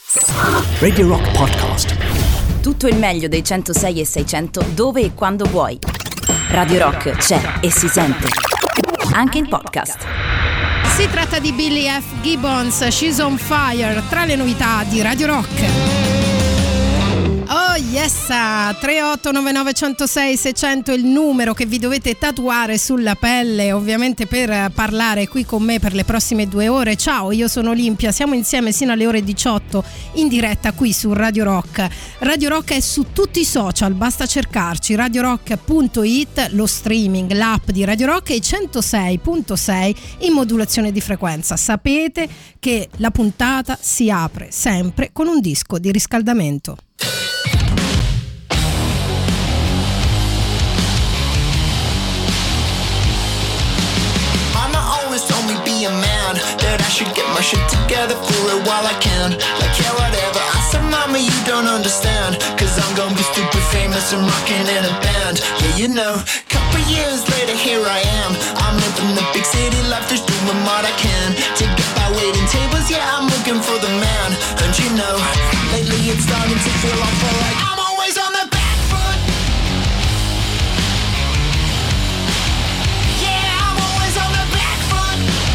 Radio Rock Podcast. Tutto il meglio dei 106 e 600 dove e quando vuoi. Radio Rock c'è e si sente anche in podcast. Si tratta di Billy F. Gibbons, She's on Fire, tra le novità di Radio Rock. Oh yes, 3899 106 600 il numero che vi dovete tatuare sulla pelle, ovviamente per parlare qui con me per le prossime 2 ore. Ciao, io sono Olimpia, siamo insieme sino alle ore 18 in diretta qui su Radio Rock. Radio Rock è su tutti i social, basta cercarci radiorock.it, lo streaming, l'app di Radio Rock e 106.6 in modulazione di frequenza. Sapete che la puntata si apre sempre con un disco di riscaldamento. That I should get my shit together for it while I can. Like yeah, whatever. I said, mama, you don't understand, cause I'm gonna be stupid famous and rocking in a band. Yeah, you know, couple years later here I am. I'm living the big city life, just doing what I can to get by waiting tables. Yeah, I'm looking for the man. And you know, lately it's starting to feel awful like I'm always on the back foot. Yeah, I'm always on the back foot.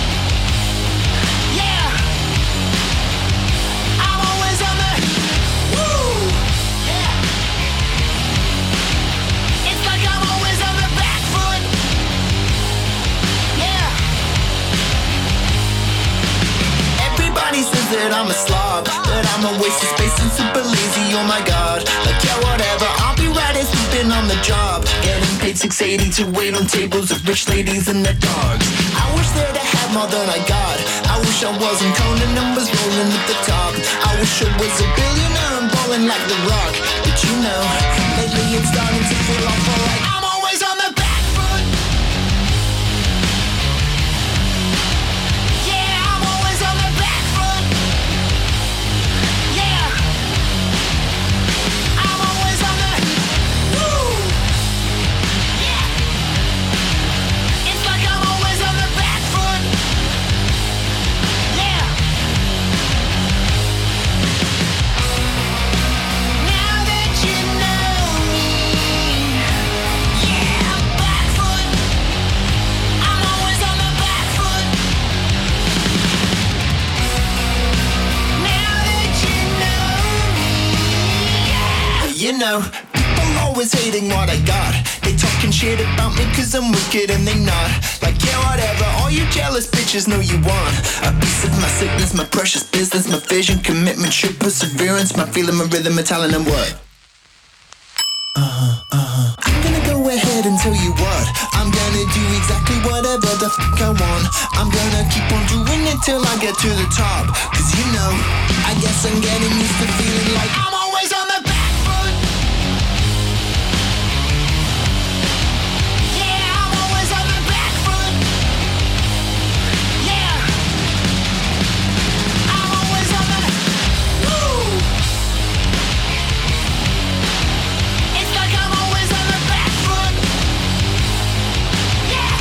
Says that I'm a slob, that I'm a waste of space and super lazy, oh my god. Like yeah, whatever, I'll be right as sleeping on the job, getting paid $6.80 to wait on tables of rich ladies and their dogs. I wish that I had more than I got. I wish I wasn't Conan and was rolling at the top. I wish I was a billionaire and balling like The Rock. But you know, lately it's starting to feel awful like I'm always on the back foot. Yeah, I'm always on the back foot. Yeah, I'm always on the woo. Yeah, it's like I'm always on the back foot. Yeah. Now that you know me, yeah, back foot. I'm always on the back foot. Now that you know me, yeah. You know, people always hating what I got. They talking shit about me cause I'm wicked and they not. Like yeah, whatever, all you jealous bitches know you want a piece of my sickness, my precious business, my vision, commitment, true perseverance, my feeling, my rhythm, my talent and what? I'm gonna go ahead and tell you what I'm gonna do exactly whatever the fuck I want. I'm gonna keep on doing it till I get to the top. Cause you know, I guess I'm getting used to feeling like I'm always on the back foot. Yeah, I'm always on the back foot. Yeah, I'm always on the woo. It's like I'm always on the back foot. Yeah,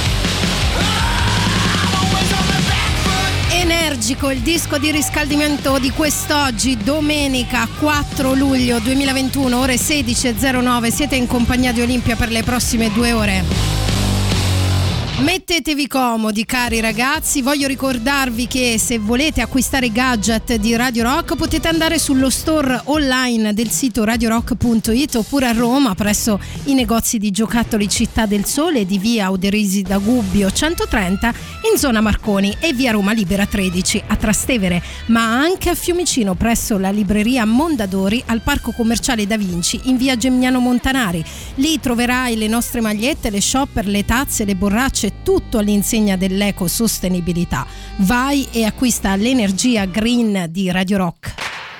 I'm always on the back foot. Energico il disco di riscaldamento di quest'oggi, domenica 4 luglio 2021, ore 16.09. Siete in compagnia di Olimpia per le prossime 2 ore. Mettetevi comodi, cari ragazzi. Voglio ricordarvi che se volete acquistare gadget di Radio Rock potete andare sullo store online del sito radiorock.it oppure a Roma presso i negozi di giocattoli Città del Sole di via Oderisi da Gubbio 130 in zona Marconi e via Roma Libera 13 a Trastevere, ma anche a Fiumicino presso la libreria Mondadori al Parco Commerciale Da Vinci in via Geminiano Montanari. Lì troverai le nostre magliette, le shopper, le tazze, le borracce, tutto all'insegna dell'ecosostenibilità. Vai e acquista l'energia green di Radio Rock.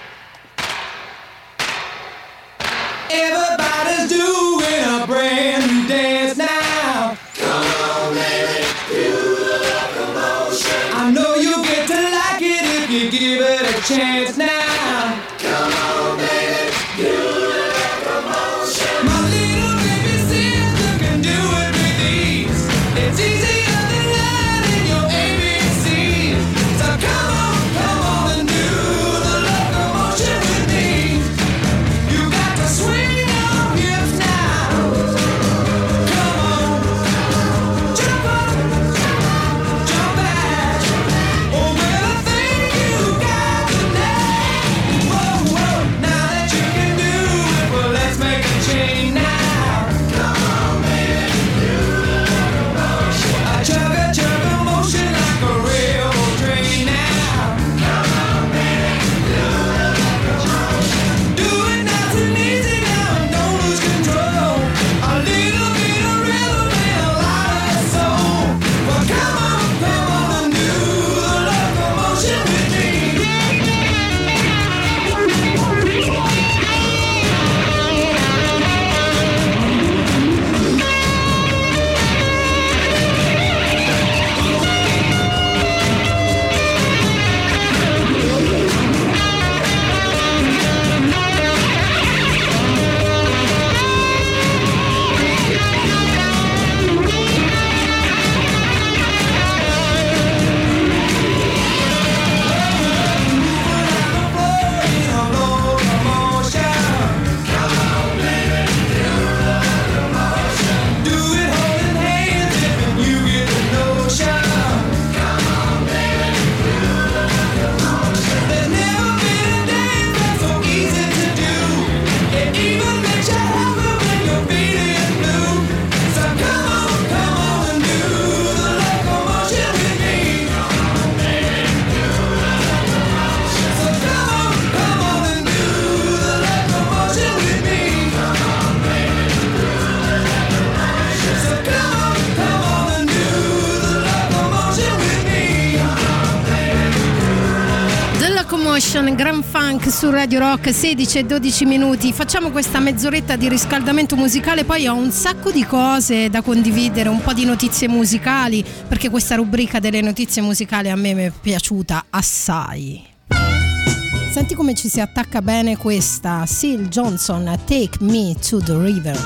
Everybody's doing a brand new dance now. Come on, baby, do the locomotion. I know you get to like it if you give it a chance now. Come on, baby, do the locomotion. My little baby sister can do it with ease. It's easier than learning your ABC. So come on and do the locomotion. Station, Grand Funk su Radio Rock, 16 e 12 minuti. Facciamo questa mezz'oretta di riscaldamento musicale, poi ho un sacco di cose da condividere, un po' di notizie musicali, perché questa rubrica delle notizie musicali a me mi è piaciuta assai. Senti come ci si attacca bene questa, Seal Johnson, Take Me to the River.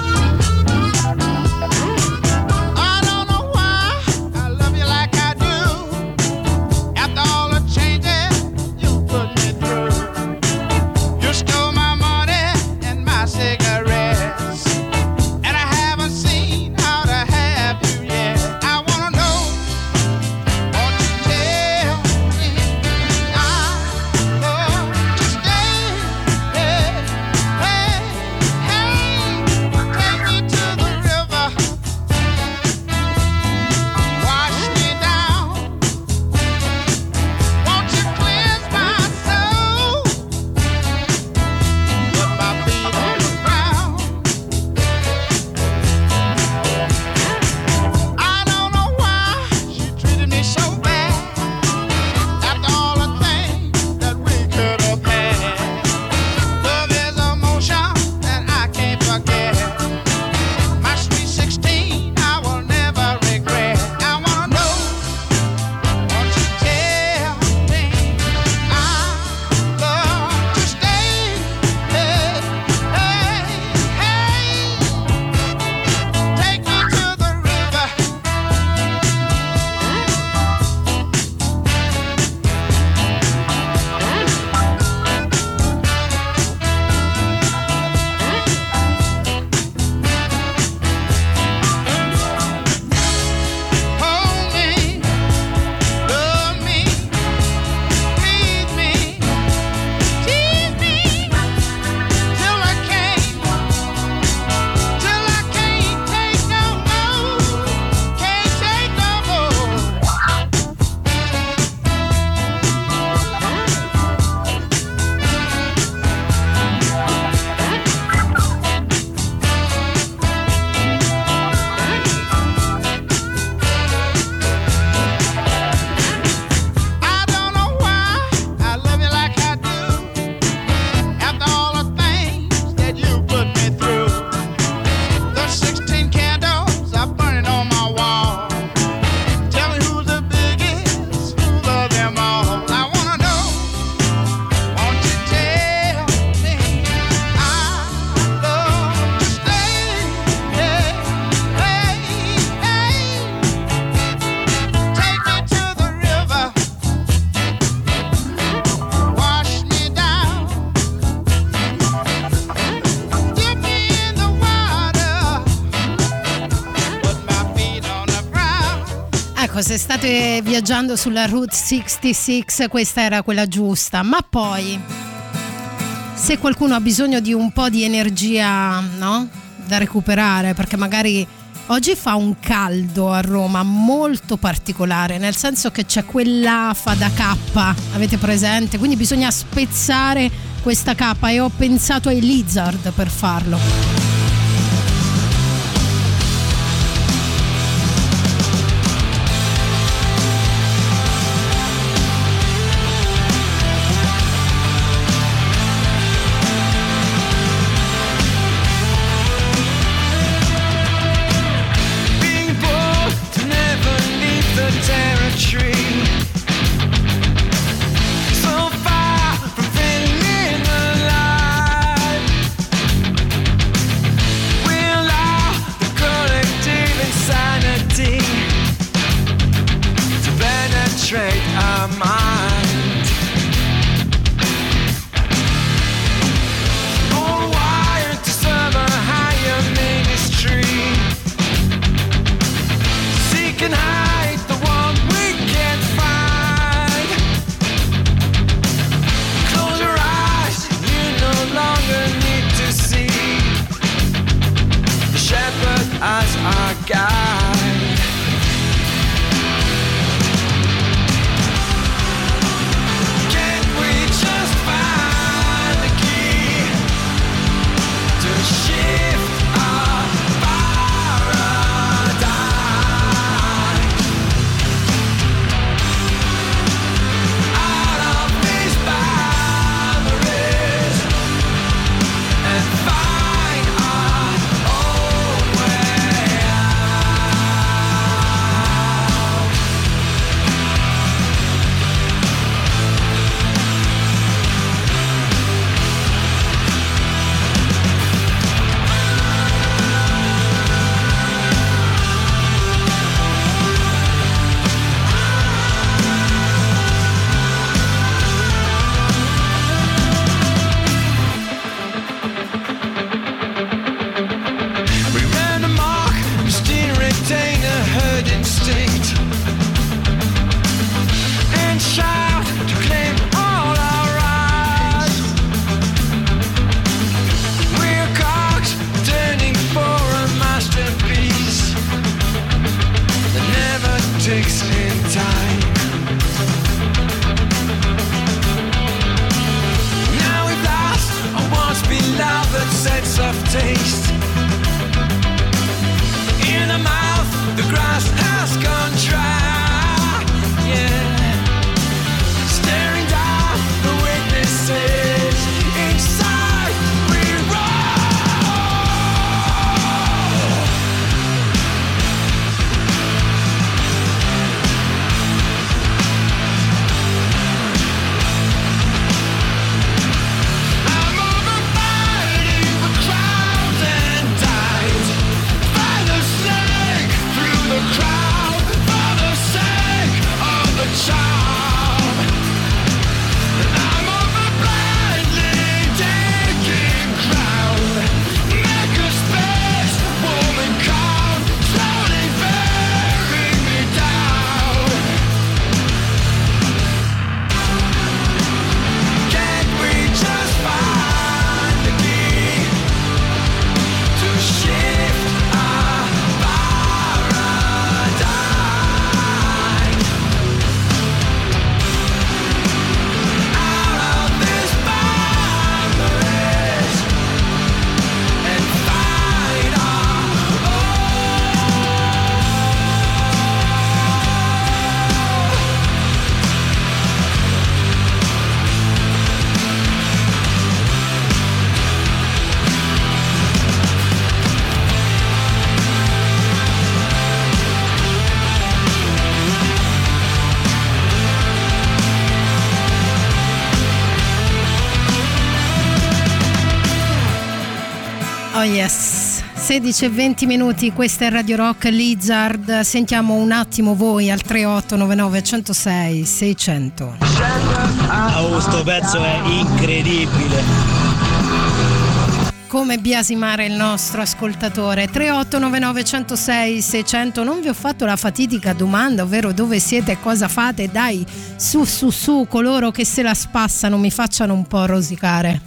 Se state viaggiando sulla Route 66, questa era quella giusta. Ma poi, se qualcuno ha bisogno di un po' di energia, no? Da recuperare, perché magari oggi fa un caldo a Roma molto particolare, nel senso che c'è quell'afa da cappa, avete presente? Quindi bisogna spezzare questa cappa e ho pensato ai Lizard per farlo. So far from feeling alive. Oh yes, 16 e 20 minuti, questa è Radio Rock Lizard. Sentiamo un attimo voi al 3899 106 600. Oh, sto pezzo è incredibile. Come biasimare il nostro ascoltatore. 3899 106 600. Non vi ho fatto la fatidica domanda, ovvero dove siete e cosa fate. Dai, su, coloro che se la spassano mi facciano un po' rosicare.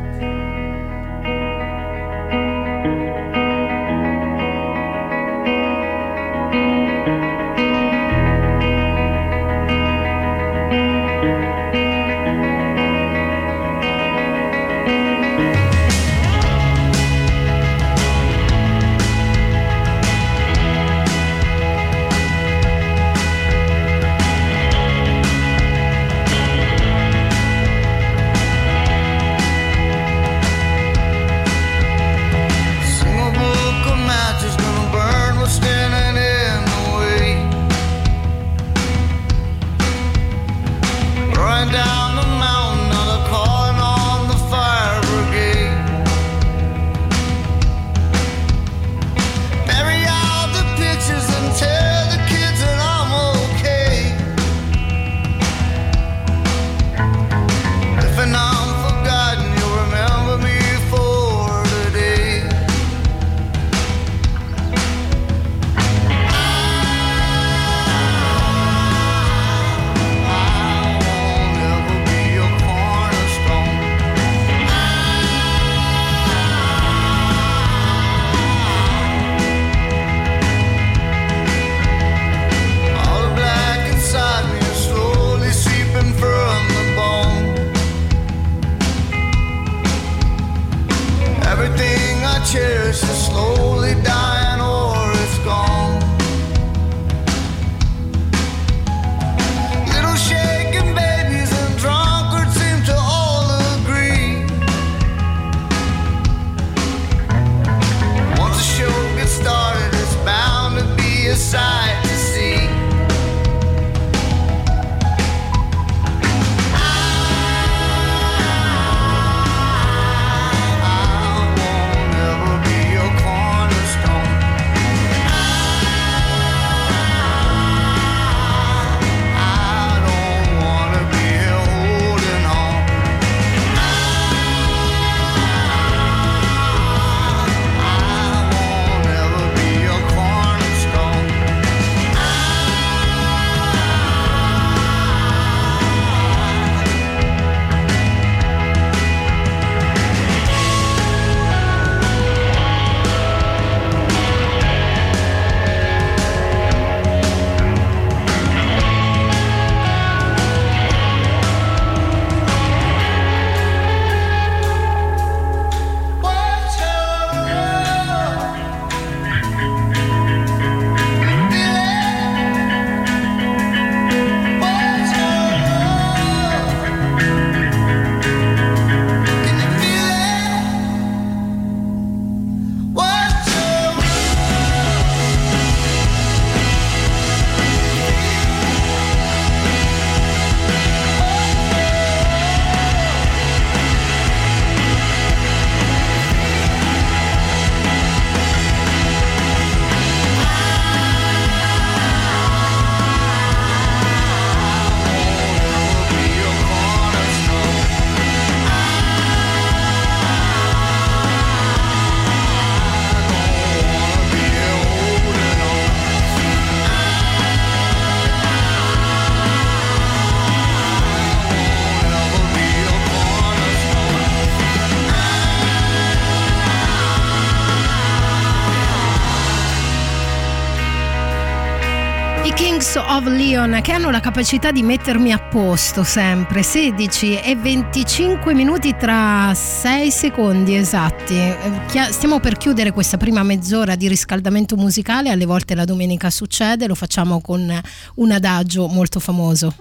of Leon, che hanno la capacità di mettermi a posto sempre. 16 e 25 minuti tra 6 secondi esatti. Stiamo per chiudere questa prima mezz'ora di riscaldamento musicale. Alle volte la domenica succede, lo facciamo con un adagio molto famoso.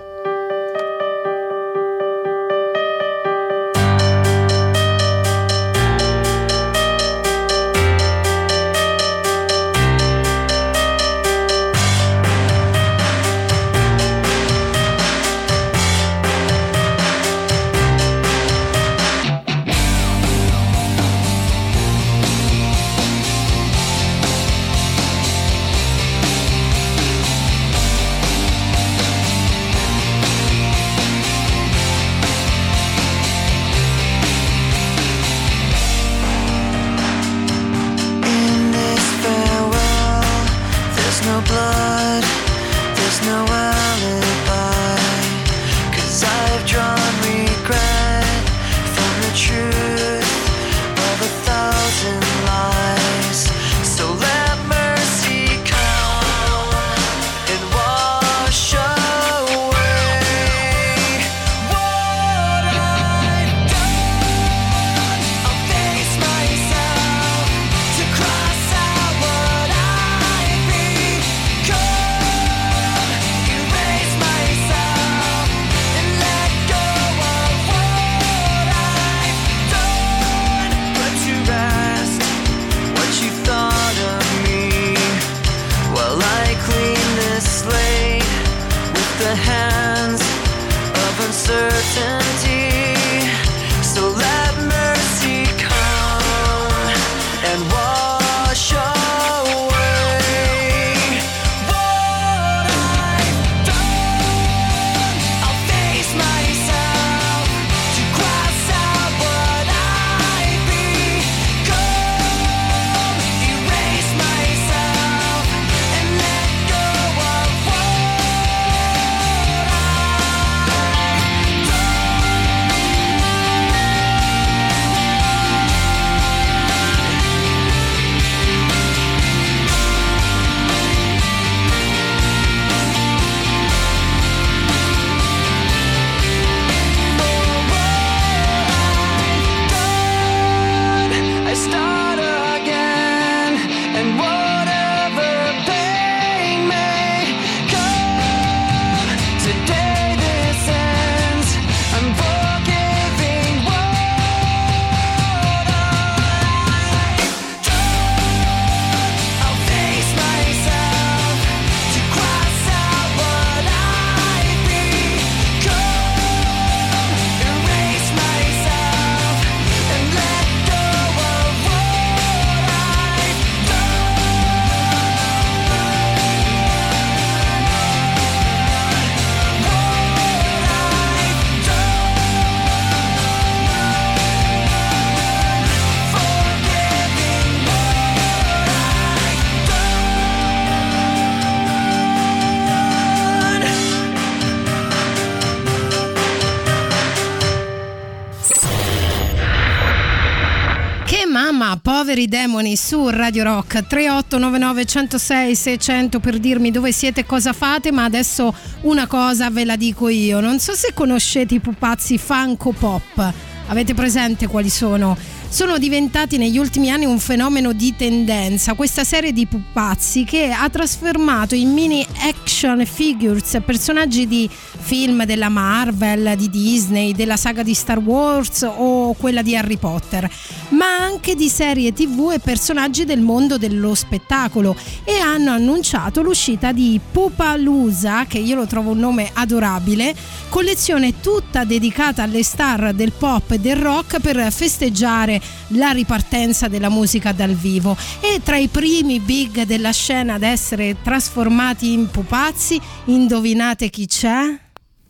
chiama Poveri Demoni su Radio Rock. 3899 106 600 per dirmi dove siete e cosa fate, ma adesso una cosa ve la dico io. Non so se conoscete i pupazzi Funko Pop. Avete presente quali sono? Sono diventati negli ultimi anni un fenomeno di tendenza, questa serie di pupazzi che ha trasformato in mini action figures personaggi di film della Marvel, di Disney, della saga di Star Wars o quella di Harry Potter, ma anche di serie TV e personaggi del mondo dello spettacolo, e hanno annunciato l'uscita di Pupalooza, che io lo trovo un nome adorabile, collezione tutta dedicata alle star del pop e del rock per festeggiare la ripartenza della musica dal vivo. E tra i primi big della scena ad essere trasformati in pupazzi, indovinate chi c'è?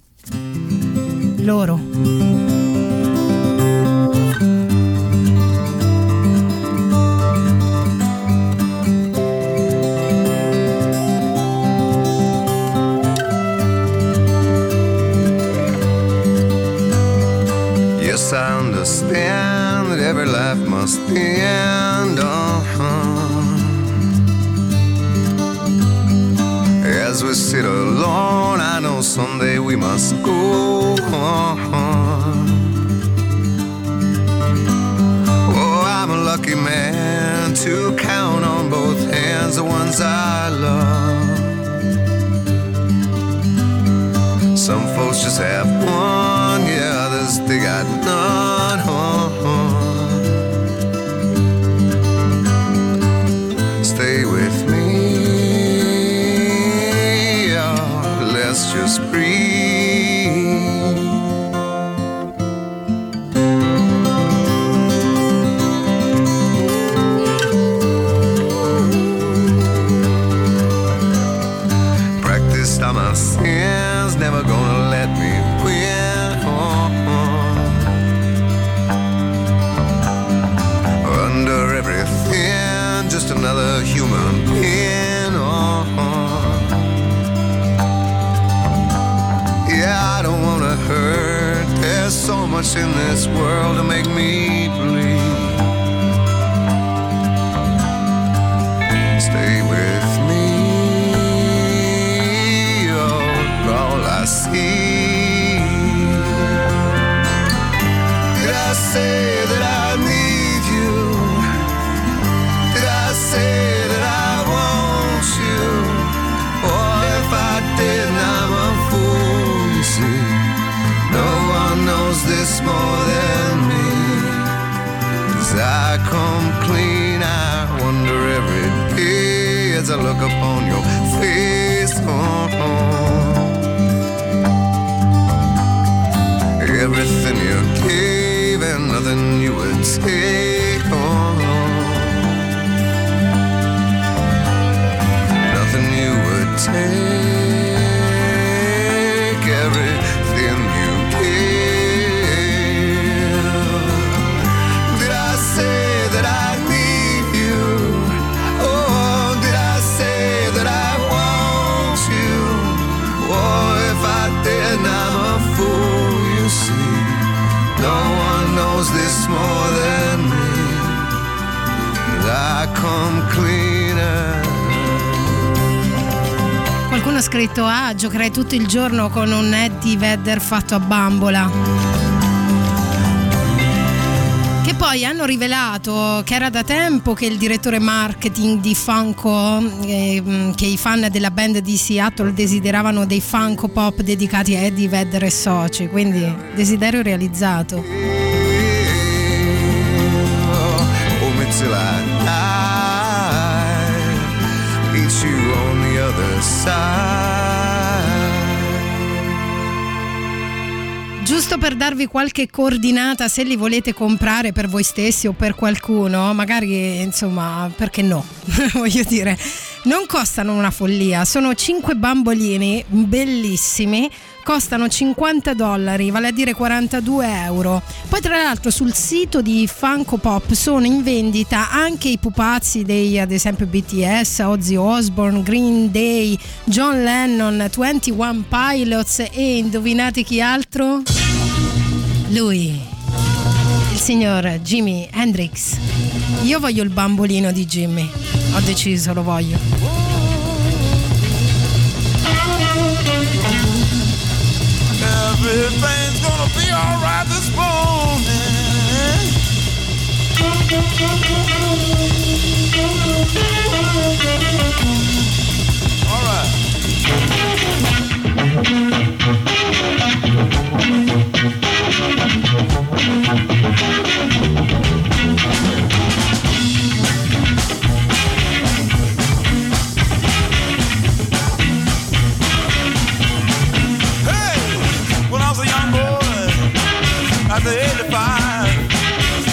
Loro. Yes, I understand that every life must end. As we sit alone, I know someday we must go on. Oh, I'm a lucky man to count on both hands the ones I love. Some folks just have one, yeah, others they got none. Stay with me, oh, let's just breathe. Practiced on my sins, never gonna let me win. Under everything, just another human being. Yeah, I don't wanna hurt. There's so much in this world to make me bleed. Stay with me, oh, all I see. Did I say that I need you? Did I say that I want you? Or if I did, I'm a fool, you see. No one knows this more than me. 'Cause I come clean, I wonder every day as I look upon your face. Everything you gave and nothing you would take. Nothing you would take. Everything you give. Did I say that I need you? Oh, did I say that I want you? Oh, if I did, I'm a fool, you see. No one knows this more than me. I come cleaner. Qualcuno ha scritto: ah, giocherei tutto il giorno con un Eddie Vedder fatto a bambola. Che poi hanno rivelato che era da tempo che il direttore marketing di Funko, che i fan della band di Seattle desideravano dei Funko Pop dedicati a Eddie Vedder e soci, quindi desiderio realizzato. Hold me till I die, meet you on the other side. Giusto per darvi qualche coordinata, se li volete comprare per voi stessi o per qualcuno, magari, insomma, perché no? Voglio dire, non costano una follia, sono 5 bambolini bellissimi, costano $50, vale a dire 42 euro. Poi tra l'altro sul sito di Funko Pop sono in vendita anche i pupazzi dei, ad esempio, BTS, Ozzy Osbourne, Green Day, John Lennon, 21 Pilots e indovinate chi altro? Lui, il signor Jimi Hendrix. Io voglio il bambolino di Jimmy, ho deciso, lo voglio. Everything's gonna be alright this morning. Alright. Hey, when I was a young boy, at the age of 5,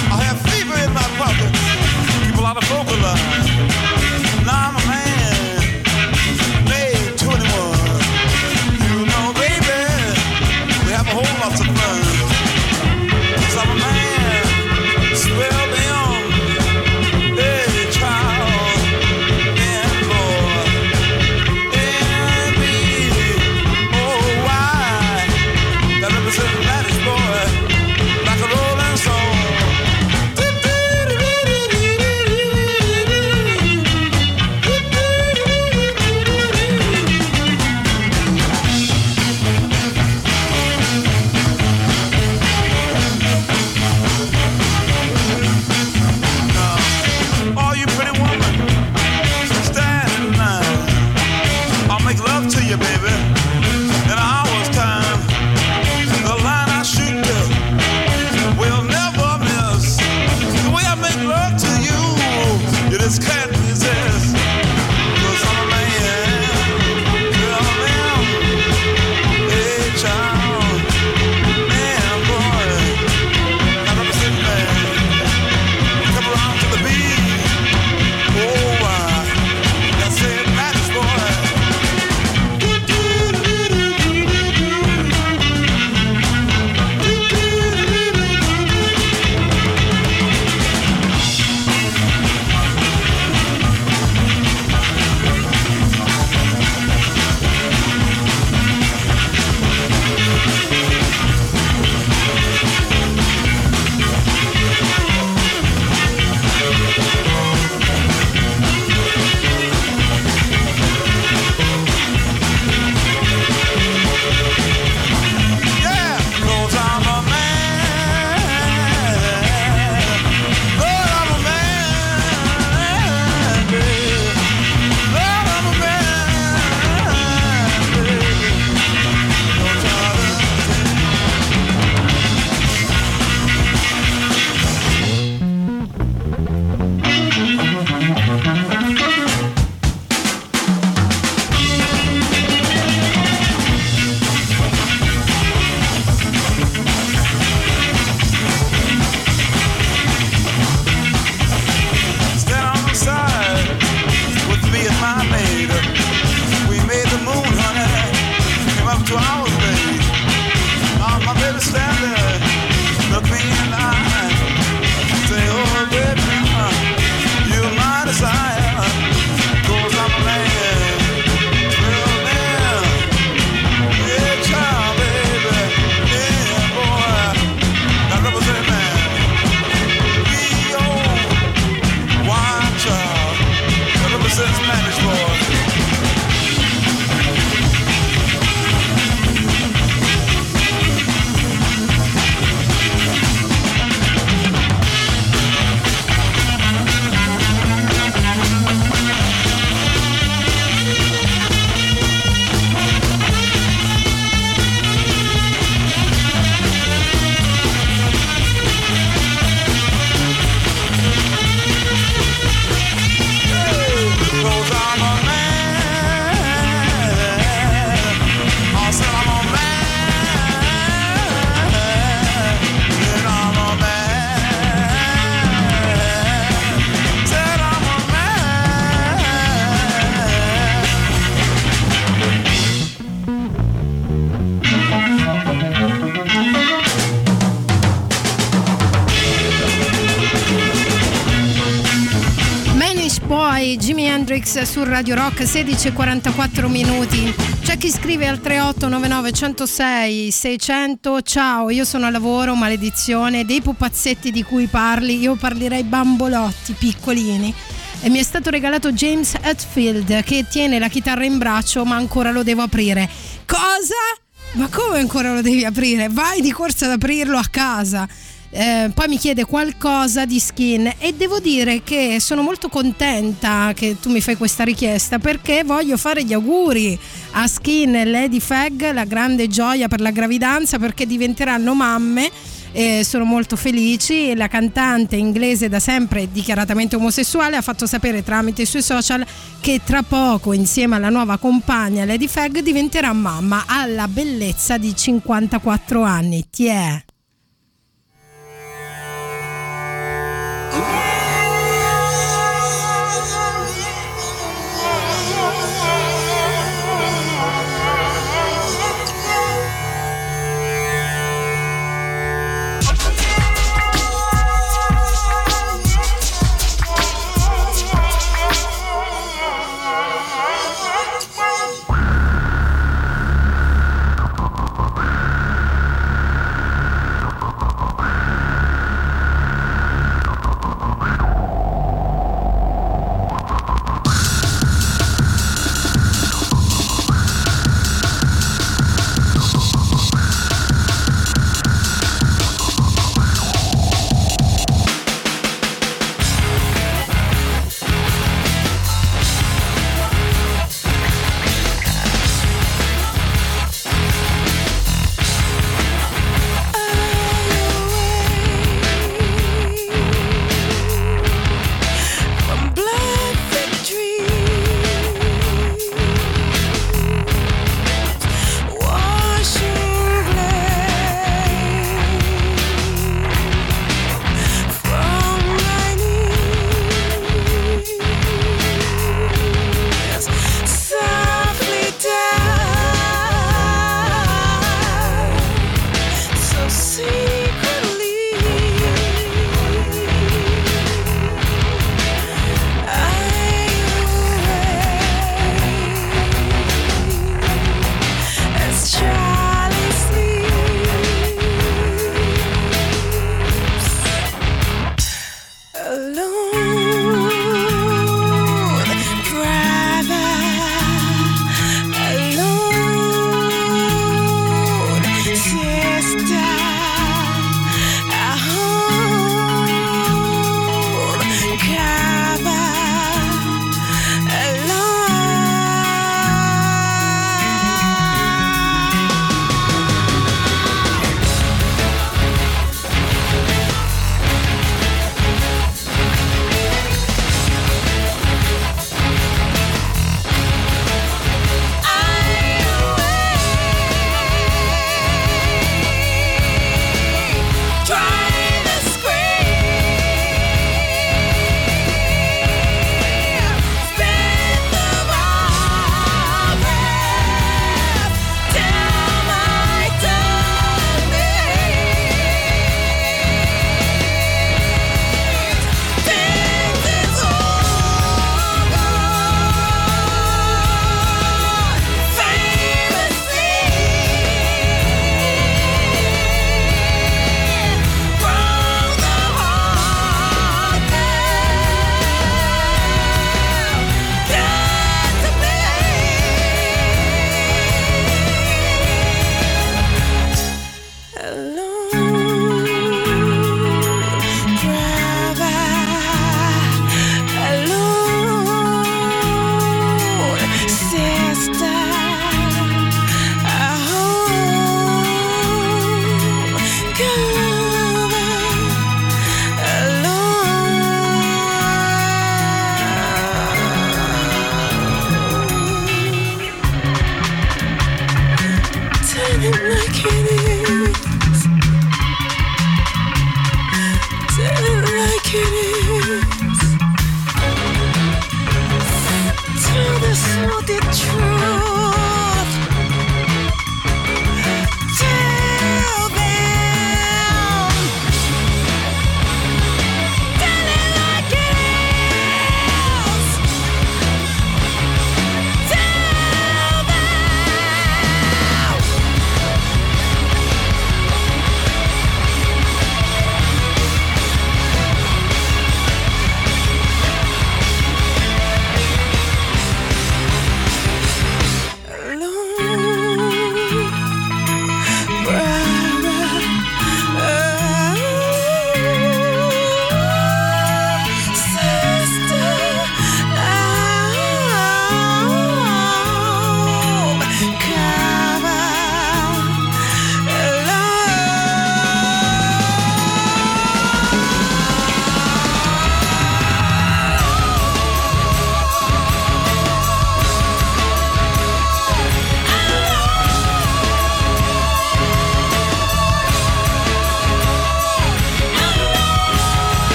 di Jimi Hendrix su Radio Rock, 16:44 minuti. C'è chi scrive al 3899 106 600: ciao, io sono a lavoro, maledizione, dei pupazzetti di cui parli, io parlerei bambolotti piccolini. E mi è stato regalato James Hetfield che tiene la chitarra in braccio, ma ancora lo devo aprire. Cosa? Ma come ancora lo devi aprire? Vai di corsa ad aprirlo a casa. Poi mi chiede qualcosa di Skin e devo dire che sono molto contenta che tu mi fai questa richiesta, perché voglio fare gli auguri a Skin e Lady Fag, la grande gioia per la gravidanza, perché diventeranno mamme. Sono molto felici. La cantante inglese, da sempre dichiaratamente omosessuale, ha fatto sapere tramite i suoi social che tra poco, insieme alla nuova compagna Lady Fag, diventerà mamma alla bellezza di 54 anni. Tiè.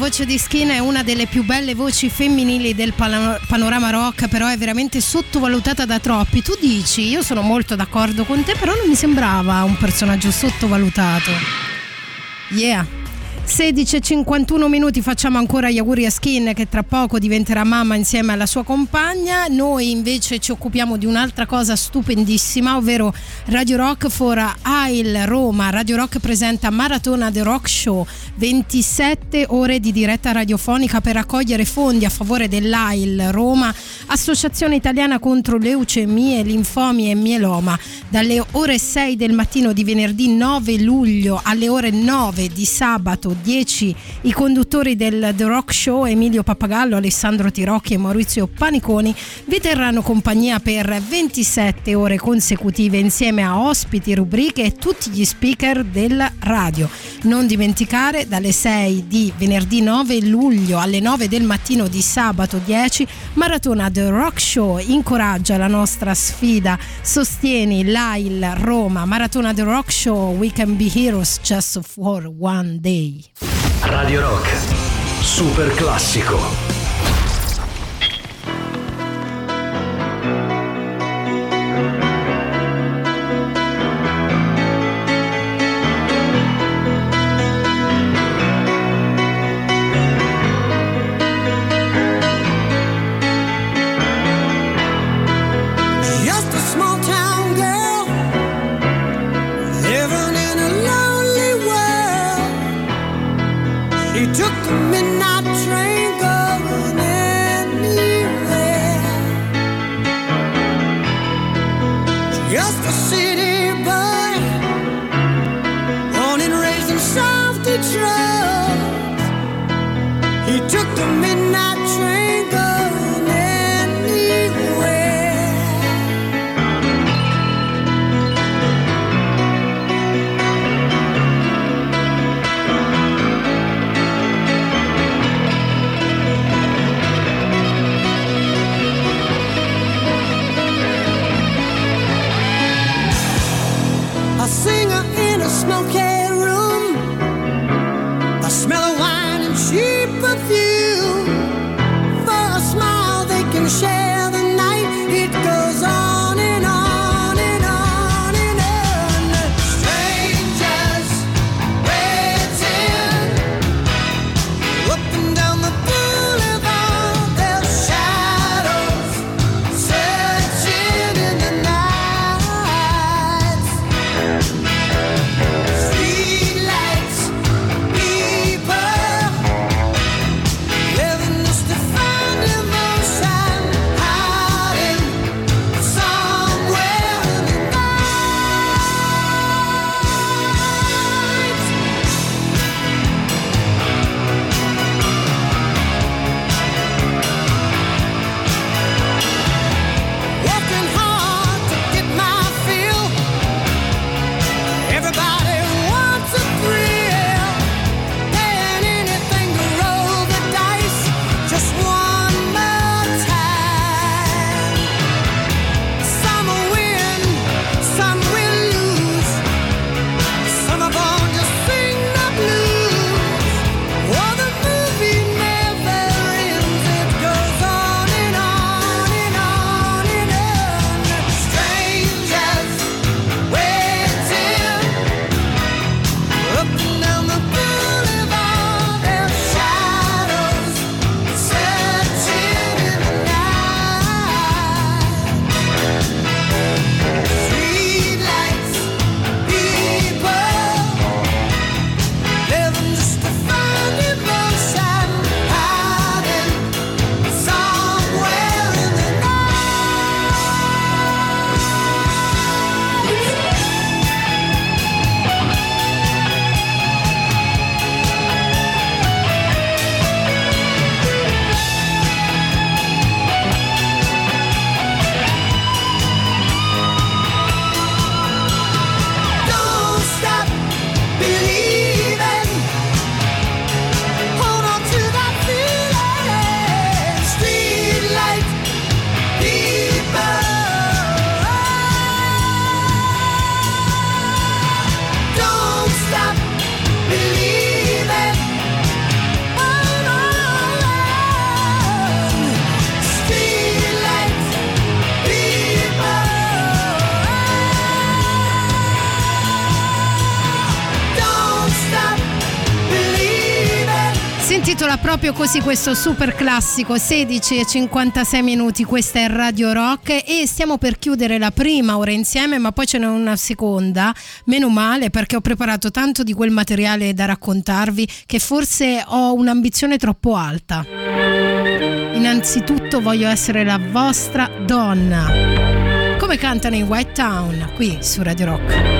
voce di Skin è una delle più belle voci femminili del panorama rock, però è veramente sottovalutata da troppi. Tu dici, io sono molto d'accordo con te, però non mi sembrava un personaggio sottovalutato. Yeah. 16:51 minuti, facciamo ancora gli auguri a Skin che tra poco diventerà mamma insieme alla sua compagna. Noi invece ci occupiamo di un'altra cosa stupendissima, ovvero Radio Rock for AIL Roma. Radio Rock presenta Maratona The Rock Show, 27 ore di diretta radiofonica per raccogliere fondi a favore dell'AIL Roma, Associazione Italiana contro leucemie, linfomi e mieloma. Dalle ore 6 del mattino di venerdì 9 luglio alle ore 9 di sabato 10 i conduttori del The Rock Show, Emilio Pappagallo, Alessandro Tirocchi e Maurizio Paniconi, vi terranno compagnia per 27 ore consecutive insieme a ospiti, rubriche e tutti gli speaker della radio. Non dimenticare, dalle 6 di venerdì 9 luglio alle 9 del mattino di sabato 10, Maratona The Rock Show. Incoraggia la nostra sfida, sostieni l'AIL Roma. Maratona The Rock Show, we can be heroes just for one day. Radio Rock, super classico. Took the midnight train going intitola proprio così questo super classico, 16:56 minuti, questa è Radio Rock e stiamo per chiudere la prima ora insieme, ma poi ce n'è una seconda, meno male, perché ho preparato tanto di quel materiale da raccontarvi che forse ho un'ambizione troppo alta. Innanzitutto voglio essere la vostra donna, come cantano i White Town qui su Radio Rock.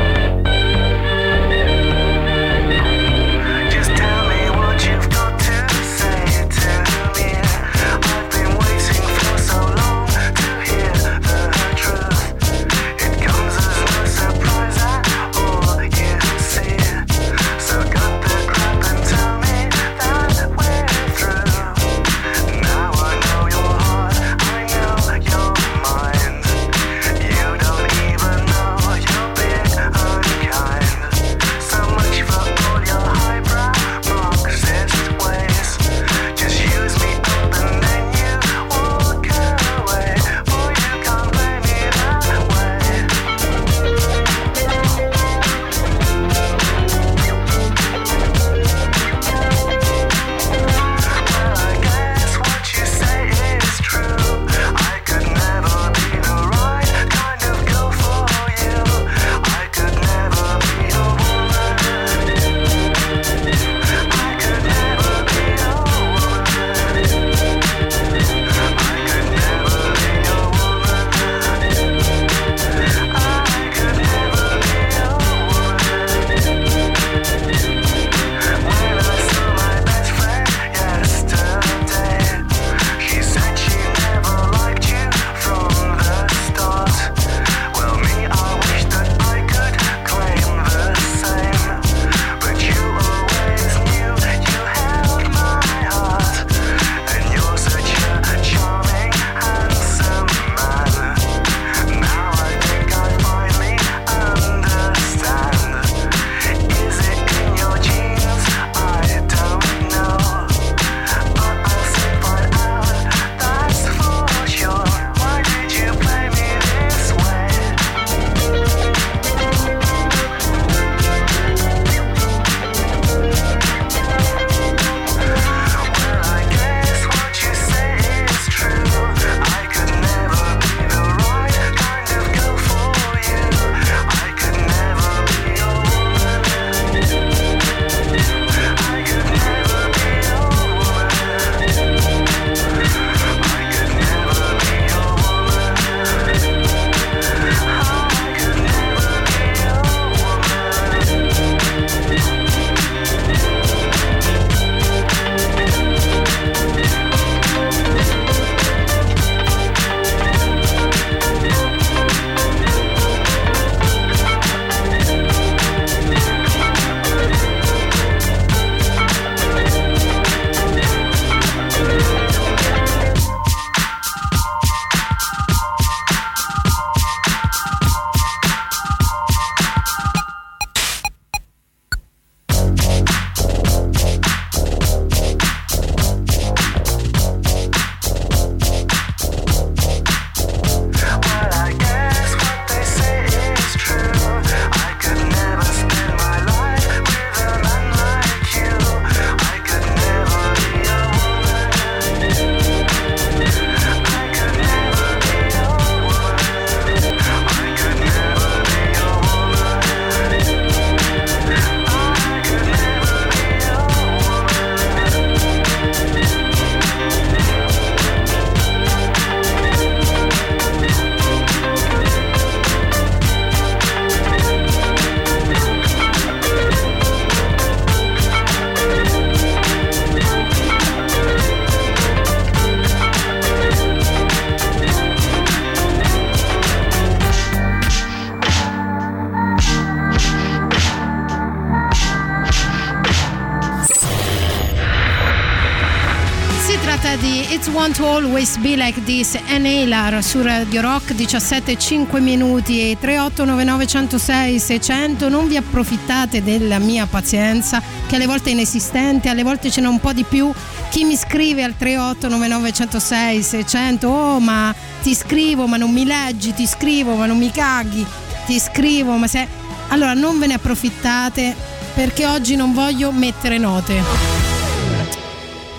It Won't Always Be Like This, Enhaler su Radio Rock, 17:05 minuti e 3899 106 600. Non vi approfittate della mia pazienza, che alle volte è inesistente, alle volte ce n'è un po' di più. Chi mi scrive al 3899 106 600: oh, ma ti scrivo ma non mi leggi, ti scrivo ma non mi caghi, ti scrivo ma se... Allora non ve ne approfittate, perché oggi non voglio mettere note.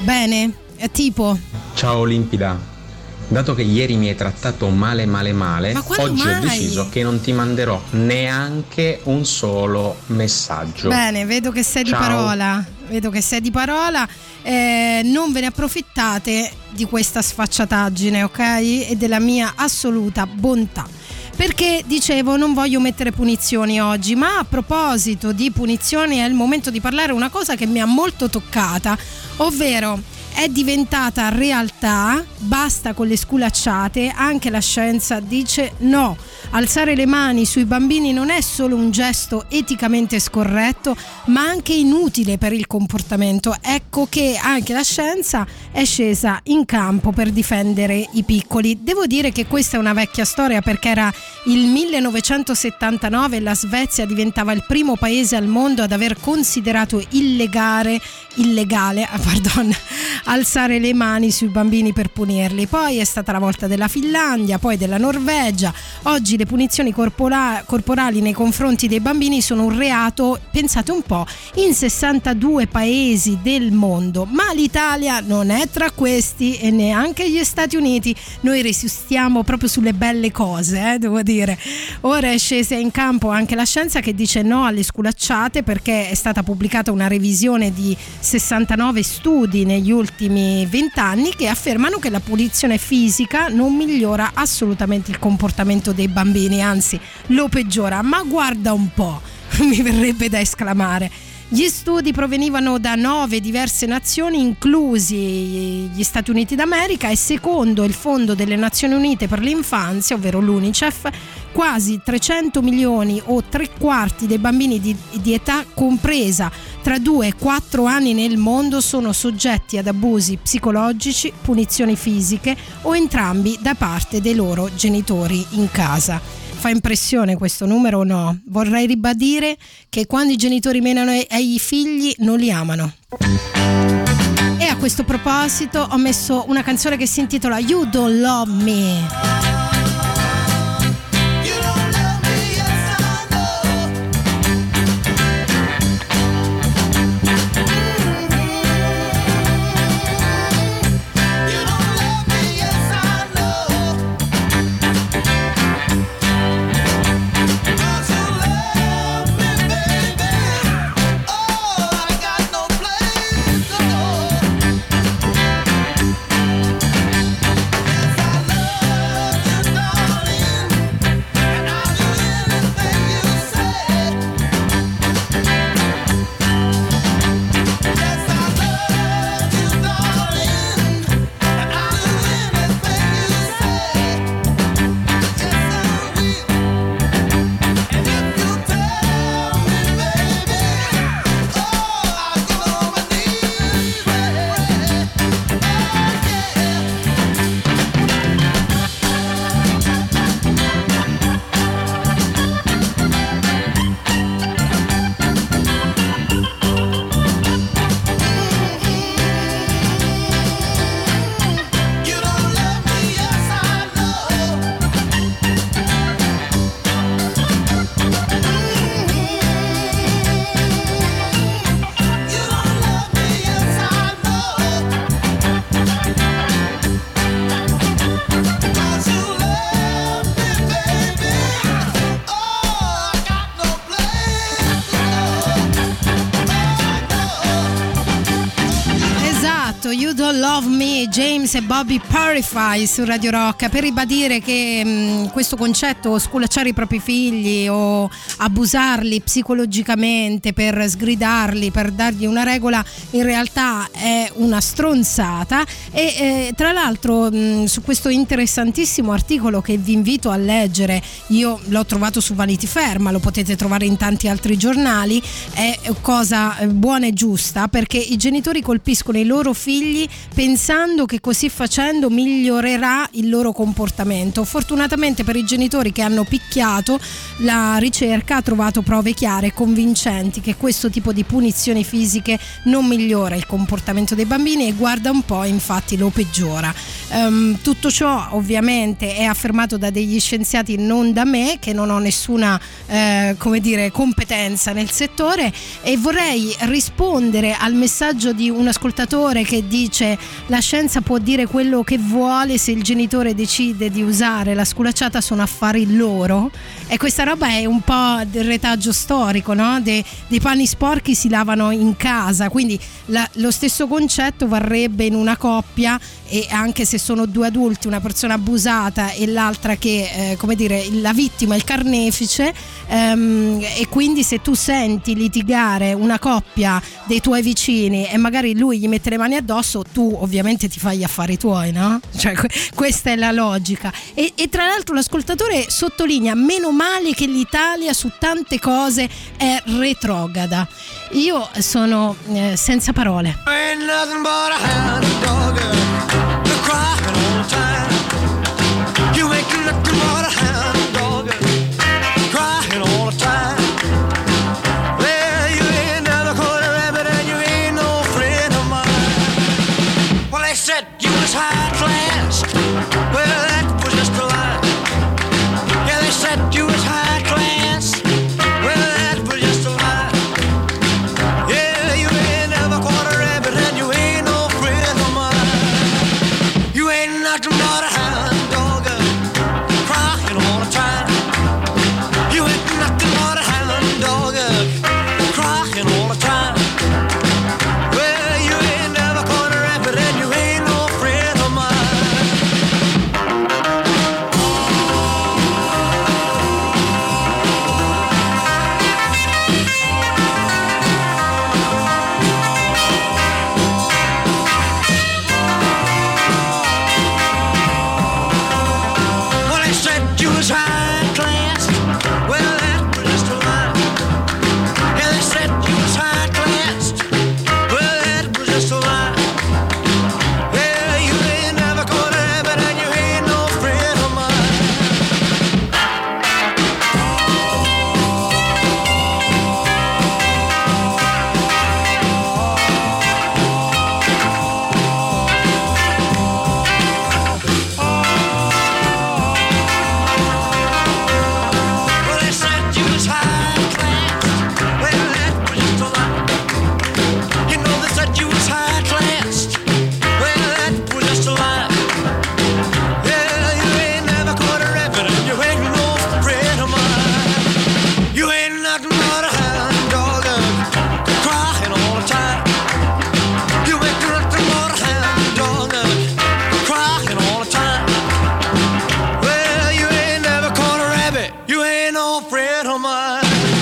Bene, tipo? Ciao Limpida, dato che ieri mi hai trattato male, oggi mai? ho deciso che non ti manderò neanche un solo messaggio. Bene, vedo che sei Ciao. di parola. Non ve ne approfittate di questa sfacciataggine, ok? E della mia assoluta bontà. Perché dicevo, non voglio mettere punizioni oggi, ma a proposito di punizioni è il momento di parlare una cosa che mi ha molto toccata, ovvero è diventata realtà, basta con le sculacciate, anche la scienza dice no. Alzare le mani sui bambini non è solo un gesto eticamente scorretto, ma anche inutile per il comportamento. Ecco che anche la scienza è scesa in campo per difendere i piccoli. Devo dire che questa è una vecchia storia, perché era il 1979 e la Svezia diventava il primo paese al mondo ad aver considerato illegale alzare le mani sui bambini per punirli. Poi è stata la volta della Finlandia, poi della Norvegia. Oggi le punizioni corporali nei confronti dei bambini sono un reato, pensate un po', in 62 paesi del mondo, ma l'Italia non è tra questi e neanche gli Stati Uniti. Noi resistiamo proprio sulle belle cose, devo dire. Ora è scesa in campo anche la scienza, che dice no alle sculacciate, perché è stata pubblicata una revisione di 69 studi negli ultimi 20 anni che affermano che la punizione fisica non migliora assolutamente il comportamento dei bambini, anzi lo peggiora. Ma guarda un po', mi verrebbe da esclamare. Gli studi provenivano da 9 diverse nazioni, inclusi gli Stati Uniti d'America, e secondo il Fondo delle Nazioni Unite per l'Infanzia, ovvero l'UNICEF, quasi 300 milioni o 3/4 dei bambini di età compresa tra 2 e 4 anni nel mondo sono soggetti ad abusi psicologici, punizioni fisiche o entrambi da parte dei loro genitori in casa. Fa impressione questo numero o no? Vorrei ribadire che quando i genitori menano ai figli non li amano. E a questo proposito ho messo una canzone che si intitola You Don't Love Me. You Don't Love Me, James e Bobby Purify su Radio Rock, per ribadire che questo concetto, sculacciare i propri figli o abusarli psicologicamente per sgridarli, per dargli una regola, in realtà è una stronzata. E tra l'altro su questo interessantissimo articolo che vi invito a leggere, io l'ho trovato su Vanity Fair, ma lo potete trovare in tanti altri giornali, è cosa buona e giusta, perché i genitori colpiscono i loro figli pensando pensando che così facendo migliorerà il loro comportamento. Fortunatamente per i genitori che hanno picchiato, la ricerca ha trovato prove chiare e convincenti che questo tipo di punizioni fisiche non migliora il comportamento dei bambini e guarda un po', infatti lo peggiora. Tutto ciò ovviamente è affermato da degli scienziati, non da me, che non ho nessuna competenza nel settore, e vorrei rispondere al messaggio di un ascoltatore che dice: la scienza può dire quello che vuole, se il genitore decide di usare la sculacciata sono affari loro. E questa roba è un po' del retaggio storico, no? Dei panni sporchi si lavano in casa, quindi lo stesso concetto varrebbe in una coppia, e anche se sono due adulti, una persona abusata e l'altra che la vittima, il carnefice, e quindi se tu senti litigare una coppia dei tuoi vicini e magari lui gli mette le mani addosso, tu ovviamente ti fai gli affari tuoi, no? Cioè questa è la logica. E tra l'altro l'ascoltatore sottolinea: meno male che l'Italia su tante cose è retrograda. Io sono senza parole. Ain't nothing but a hound dog, you're crying all the time. You ain't nothing but a hound dog, crying all the time. Well, you ain't never caught a rabbit and you ain't no friend of mine. Well, they said you was high class. Well, that was just a lie. Yeah, they said you was high class. Well, that was just a lie. Yeah, you ain't never caught a rabbit and you ain't no friend of mine. You ain't nothing but a hound dog, crying all the time. You ain't nothing but a hound dog, crying all the time. Well, you ain't never caught a rabbit and you ain't no friend of mine. Well, they said you was high class. Well, that was just a lie. Yeah, they said you was high class. Well, that was just a lie. Yeah, you ain't never caught a rabbit and you ain't no friend of mine. Well, they said you was high class. Well, that was just a lie. You know they said you was high class. Well, that was just a lie. Yeah, you ain't never caught a rabbit and you ain't no friend of mine. You ain't nothing but a hound dog, crying all the time. You ain't nothing but a hound dog, crying all the time. Well, you ain't never caught a rabbit, you ain't no friend of mine.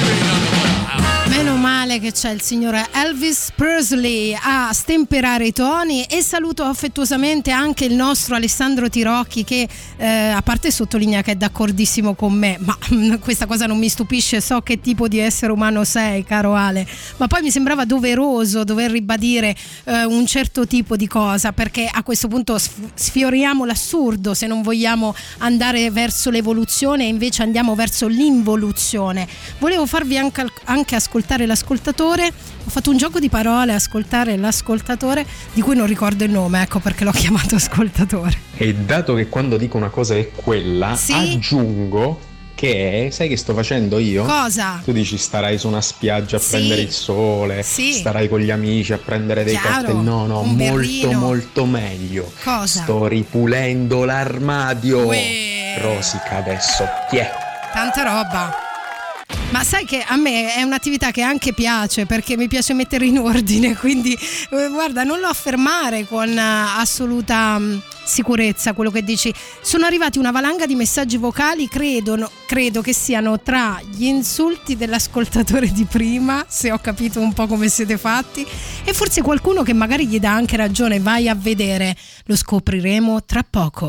Meno male che c'è il signore Elvis Presley a stemperare i toni, e saluto affettuosamente anche il nostro Alessandro Tirocchi che a parte sottolinea che è d'accordissimo con me, ma questa cosa non mi stupisce, so che tipo di essere umano sei, caro Ale, ma poi mi sembrava doveroso dover ribadire un certo tipo di cosa, perché a questo punto sfioriamo l'assurdo se non vogliamo andare verso l'evoluzione e invece andiamo verso l'involuzione. Volevo farvi anche ascoltare l'ascoltatore, ho fatto un gioco di parole, ascoltare l'ascoltatore di cui non ricordo il nome, ecco perché l'ho chiamato ascoltatore. E dato che quando dico una cosa è quella, Sì? aggiungo che sai che sto facendo io? Cosa? Tu dici starai su una spiaggia a Sì. prendere il sole, Sì. starai con gli amici a prendere dei Chiaro, cocktail. No, un molto berrino. molto meglio. Cosa? Sto ripulendo l'armadio. Uè. Rosica adesso, tiè. Tanta roba. Ma sai che a me è un'attività che anche piace, perché mi piace mettere in ordine, quindi guarda, non lo affermare con assoluta sicurezza quello che dici. Sono arrivati una valanga di messaggi vocali, credo che siano tra gli insulti dell'ascoltatore di prima, se ho capito un po' come siete fatti, e forse qualcuno che magari gli dà anche ragione. Vai a vedere, lo scopriremo tra poco.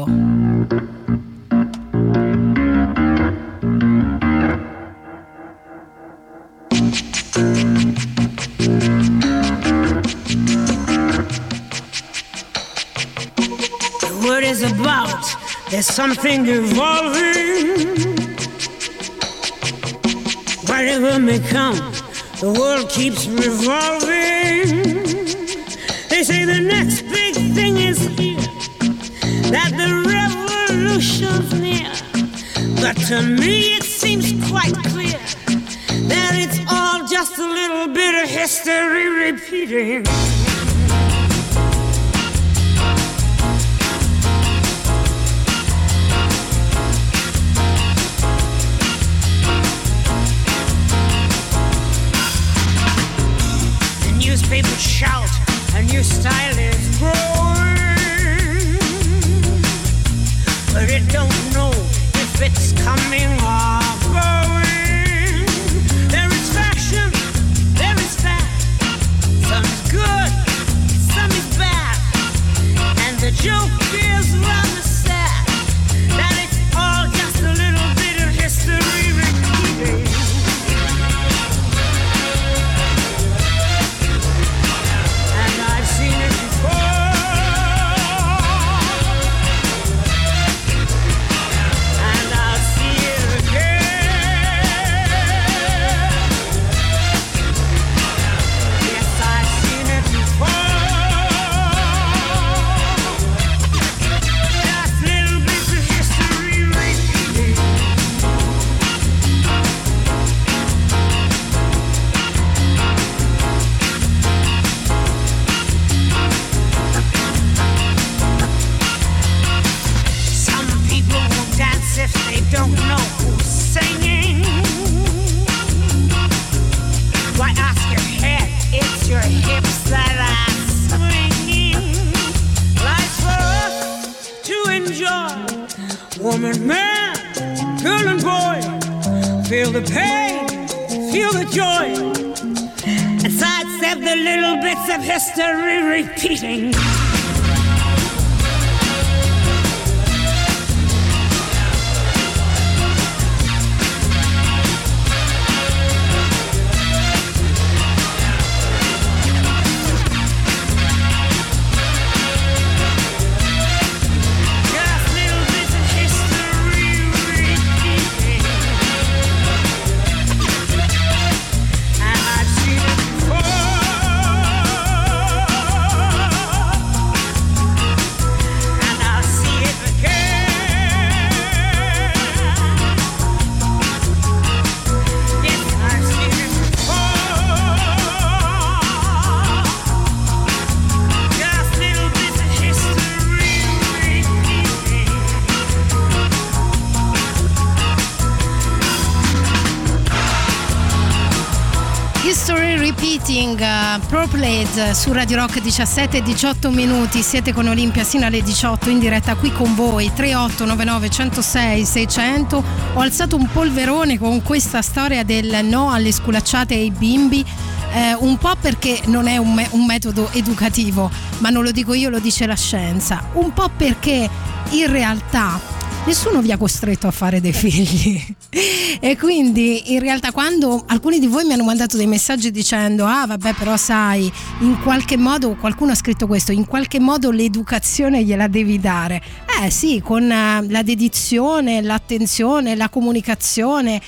word is about. There's something evolving. Whatever may come, the world keeps revolving. They say the next big thing is here, that the revolution's near. But to me it seems quite clear that it's all just a little bit of history repeating. The newspapers shout, a new style is growing, but it don't know if it's coming or going. There is fashion, there is fact. Some is good, some is bad. And the joke is rather sad, that it's all just a little bit of history repeating. And I've seen it before. If they don't know who's singing, why ask your head, it's your hips that are swinging. Life's for us to enjoy. Woman, man, girl and boy, feel the pain, feel the joy, and sidestep the little bits of history repeating. Proplet su Radio Rock, 17:18 minuti. Siete con Olimpia sino alle 18 in diretta qui con voi. 3899 106 600. Ho alzato un polverone con questa storia del no alle sculacciate ai bimbi, un po' perché non è un metodo educativo, ma non lo dico io, lo dice la scienza. Un po' perché in realtà nessuno vi ha costretto a fare dei figli e quindi in realtà quando alcuni di voi mi hanno mandato dei messaggi dicendo vabbè però sai, in qualche modo, qualcuno ha scritto questo, in qualche modo l'educazione gliela devi dare, sì, con la dedizione, l'attenzione, la comunicazione,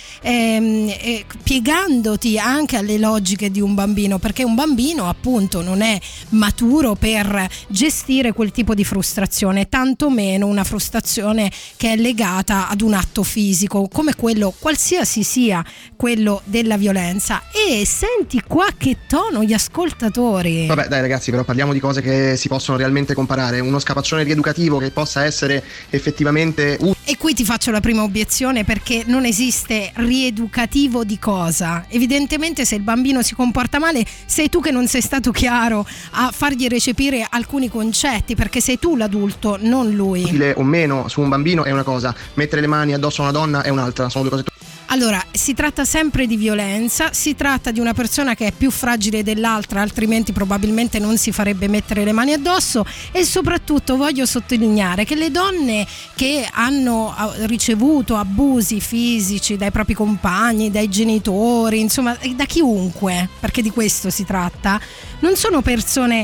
piegandoti anche alle logiche di un bambino, perché un bambino appunto non è maturo per gestire quel tipo di frustrazione, tantomeno una frustrazione che è legata ad un atto fisico come quello, qualsiasi sia quello della violenza. E senti qua che tono gli ascoltatori. Vabbè dai ragazzi, però parliamo di cose che si possono realmente comparare. Uno scapaccione rieducativo che possa essere effettivamente e qui ti faccio la prima obiezione, perché non esiste rieducativo di cosa. Evidentemente se il bambino si comporta male sei tu che non sei stato chiaro a fargli recepire alcuni concetti, perché sei tu l'adulto, non lui. Utile o meno su un bambino è una cosa, mettere le mani addosso a una donna è un'altra, sono due cose. Allora, si tratta sempre di violenza, si tratta di una persona che è più fragile dell'altra, altrimenti probabilmente non si farebbe mettere le mani addosso, e soprattutto voglio sottolineare che le donne che hanno ricevuto abusi fisici dai propri compagni, dai genitori, insomma da chiunque, perché di questo si tratta, non sono persone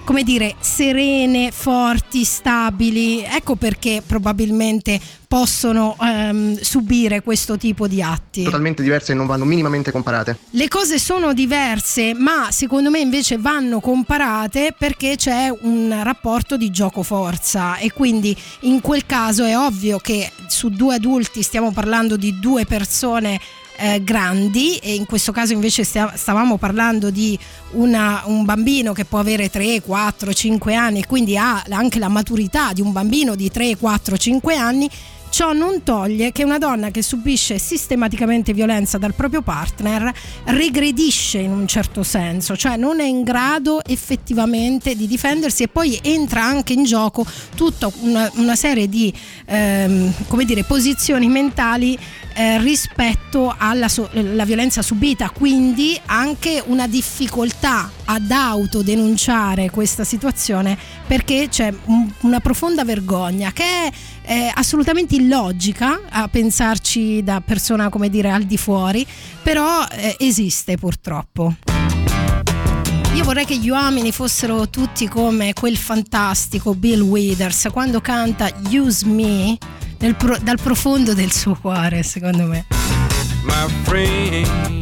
come dire, serene, forti, stabili. Ecco perché probabilmente possono subire questo tipo di atti. Totalmente diverse e non vanno minimamente comparate. Le cose sono diverse, ma secondo me invece vanno comparate perché c'è un rapporto di gioco-forza, e quindi in quel caso è ovvio che su due adulti stiamo parlando di due persone grandi, e in questo caso invece stavamo parlando di un bambino che può avere 3, 4, 5 anni, e quindi ha anche la maturità di un bambino di 3, 4, 5 anni. Ciò non toglie che una donna che subisce sistematicamente violenza dal proprio partner regredisce in un certo senso, cioè non è in grado effettivamente di difendersi, e poi entra anche in gioco tutta una serie di come dire, posizioni mentali rispetto alla violenza subita, quindi anche una difficoltà ad autodenunciare questa situazione, perché c'è una profonda vergogna che è assolutamente illogica a pensarci da persona, come dire, al di fuori, però esiste purtroppo. Io vorrei che gli uomini fossero tutti come quel fantastico Bill Withers quando canta Use Me dal profondo del suo cuore, secondo me. My friends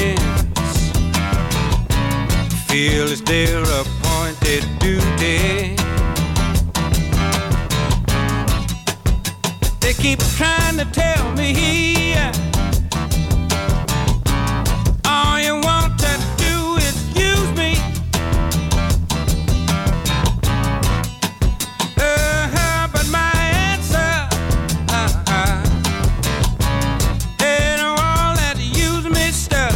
feel it's their appointed duty. They keep trying to tell me all you want to do is use me. But my answer ain't all that use me stuff.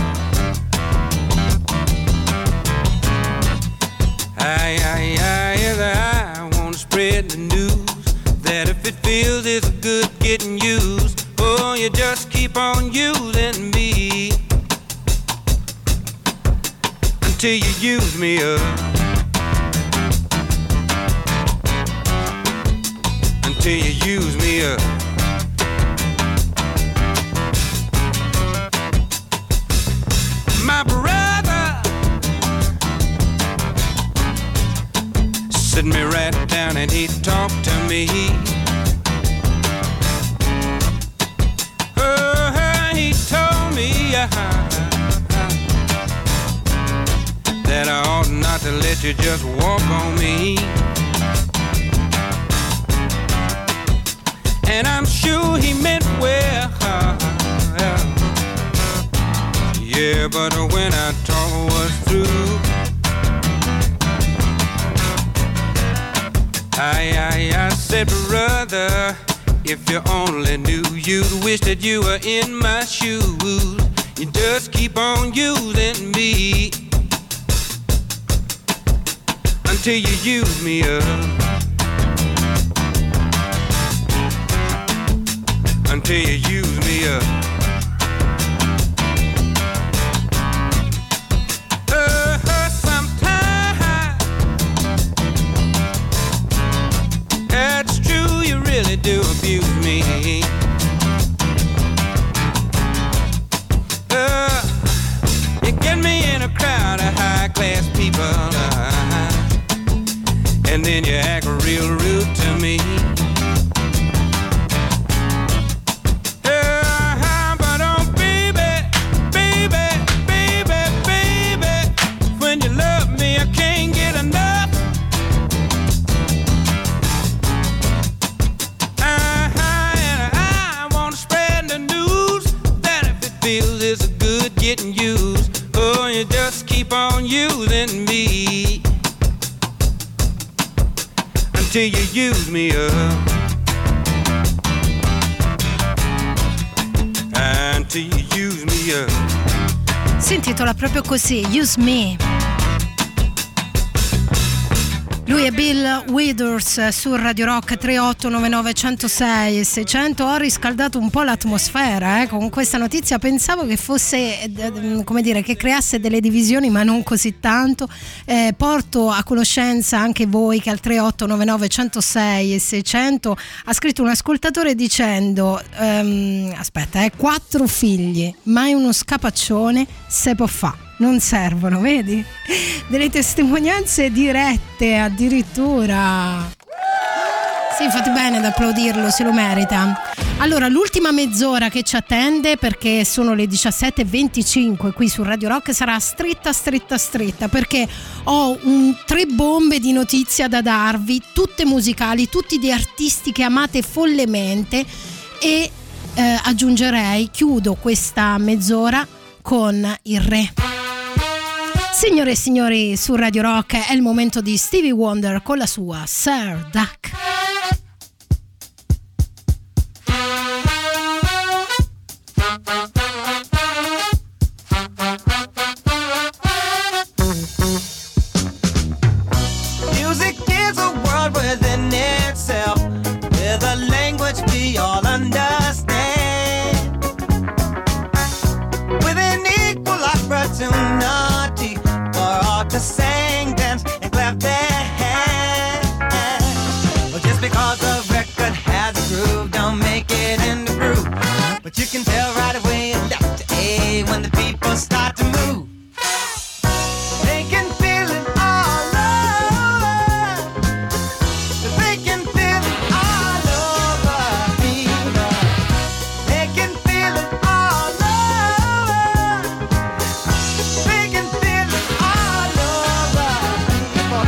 I want to spread the news that if it feels it's good getting used, oh, you just keep on using me until you use me up, until you use me up. My brother sit me right down and he talked to me. He told me that I ought not to let you just walk on me. And I'm sure he meant well. Yeah, but when I talk was through, I said, brother, if you only knew, you'd wish that you were in my shoes. You just keep on using me until you use me up, until you use me up. That's true, you really do abuse me. You get me in a crowd of high-class people, and then you act real rude to me. But oh baby, baby, baby, baby, when you love me I can't get enough. Feels it's good getting used, oh, you just keep on using me until you use me up, until you use me up. Si intitola proprio così, Use Me. Lui è Bill Withers su Radio Rock. 3899 106 600. Ho riscaldato un po' l'atmosfera con questa notizia. Pensavo che fosse, come dire, che creasse delle divisioni, ma non così tanto. Porto a conoscenza anche voi che al 3899 106 600 ha scritto un ascoltatore dicendo 4 figli, ma è uno scapaccione, se può fa'. non servono, vedi? Delle testimonianze dirette addirittura. Sì, fate bene ad applaudirlo, se lo merita. Allora, l'ultima mezz'ora che ci attende, perché sono le 17:25 qui su Radio Rock, sarà stretta, perché ho 3 bombe di notizia da darvi, tutte musicali, tutti di artisti che amate follemente, e aggiungerei, chiudo questa mezz'ora con il re. Signore e signori, su Radio Rock è il momento di Stevie Wonder con la sua Sir Duck. Music is a world within itself, with a language we all understand, with an equal opportunity for all to sing, dance, and clap their hands. Well, just because a record has a groove, don't make it in the groove. But you can tell right away left to A when the people start to move. They can feel it all over. They can feel it all over people. They can feel it all over. They can feel it all over people.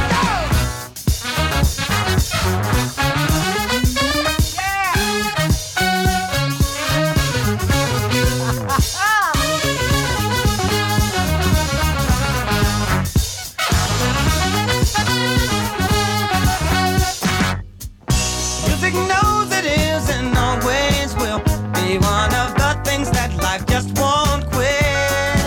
Music knows it is and always will be one of the things that life just won't quit.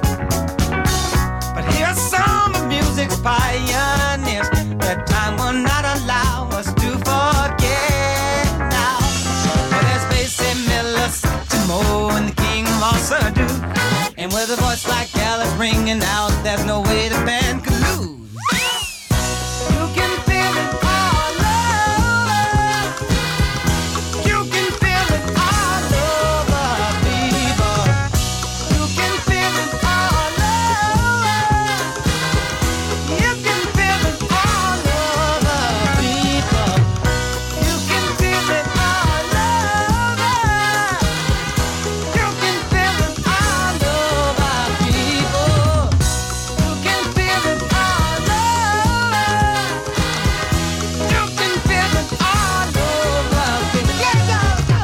But here are some of music's pioneers that time will not allow us to forget now. Well, there's Basie Miller, Satchmo, and the King of Ossadoo. And with a voice like Alice ringing out, there's no way the band could lose. You can feel it all over. You can feel it all over, people. You can feel it all over. You can feel it all over, people. You can feel it all over. You can feel it all over, people. You can feel it all over. You can feel it all over, people. Yeah, go, go.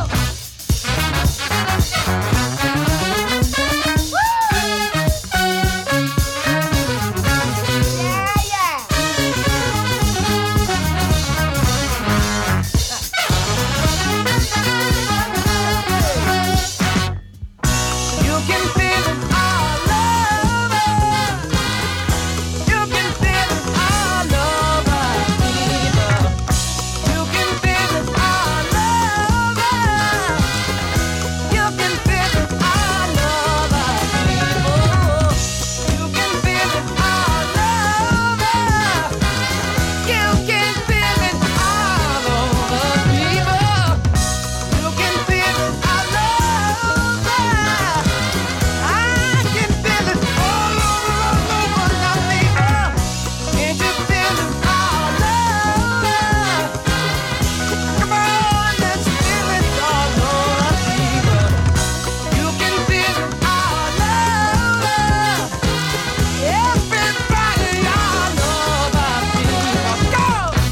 You can feel it all over. You can feel it all over, people. You can feel it all over. You can feel it all over, people. You can feel it all over. You can feel it all over, people. You can feel it all over. I can feel it all over now, people. Can't you feel it all over? Come on, let's feel it all over, people. You can feel it all over. Everybody all over, people. Go!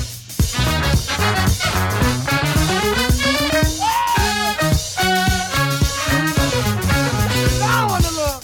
Go on the look.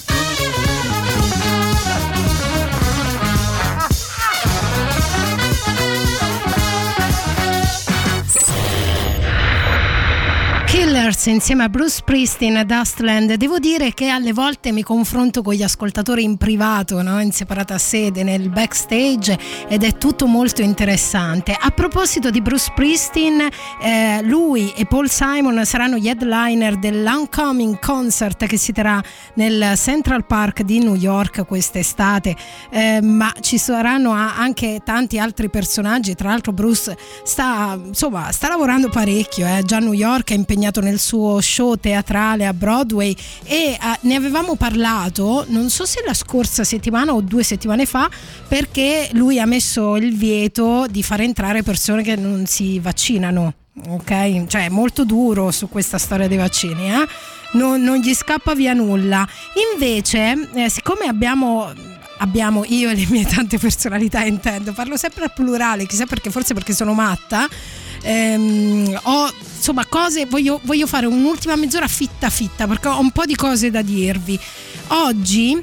Killers insieme a Bruce Springsteen, Dustland. Devo dire che alle volte mi confronto con gli ascoltatori in privato, no? In separata sede, nel backstage, ed è tutto molto interessante. A proposito di Bruce Springsteen, lui e Paul Simon saranno gli headliner dell'Oncoming Concert che si terrà nel Central Park di New York quest'estate, ma ci saranno anche tanti altri personaggi. Tra l'altro Bruce sta lavorando parecchio, già a New York è impegnato portato nel suo show teatrale a Broadway e ne avevamo parlato, non so se la scorsa settimana o 2 settimane fa, perché lui ha messo il vieto di far entrare persone che non si vaccinano. Ok, cioè è molto duro su questa storia dei vaccini, non gli scappa via nulla. Invece, siccome abbiamo io e le mie tante personalità, intendo, parlo sempre al plurale, chissà perché, forse perché sono matta, ho insomma cose, voglio fare un'ultima mezz'ora fitta perché ho un po' di cose da dirvi oggi.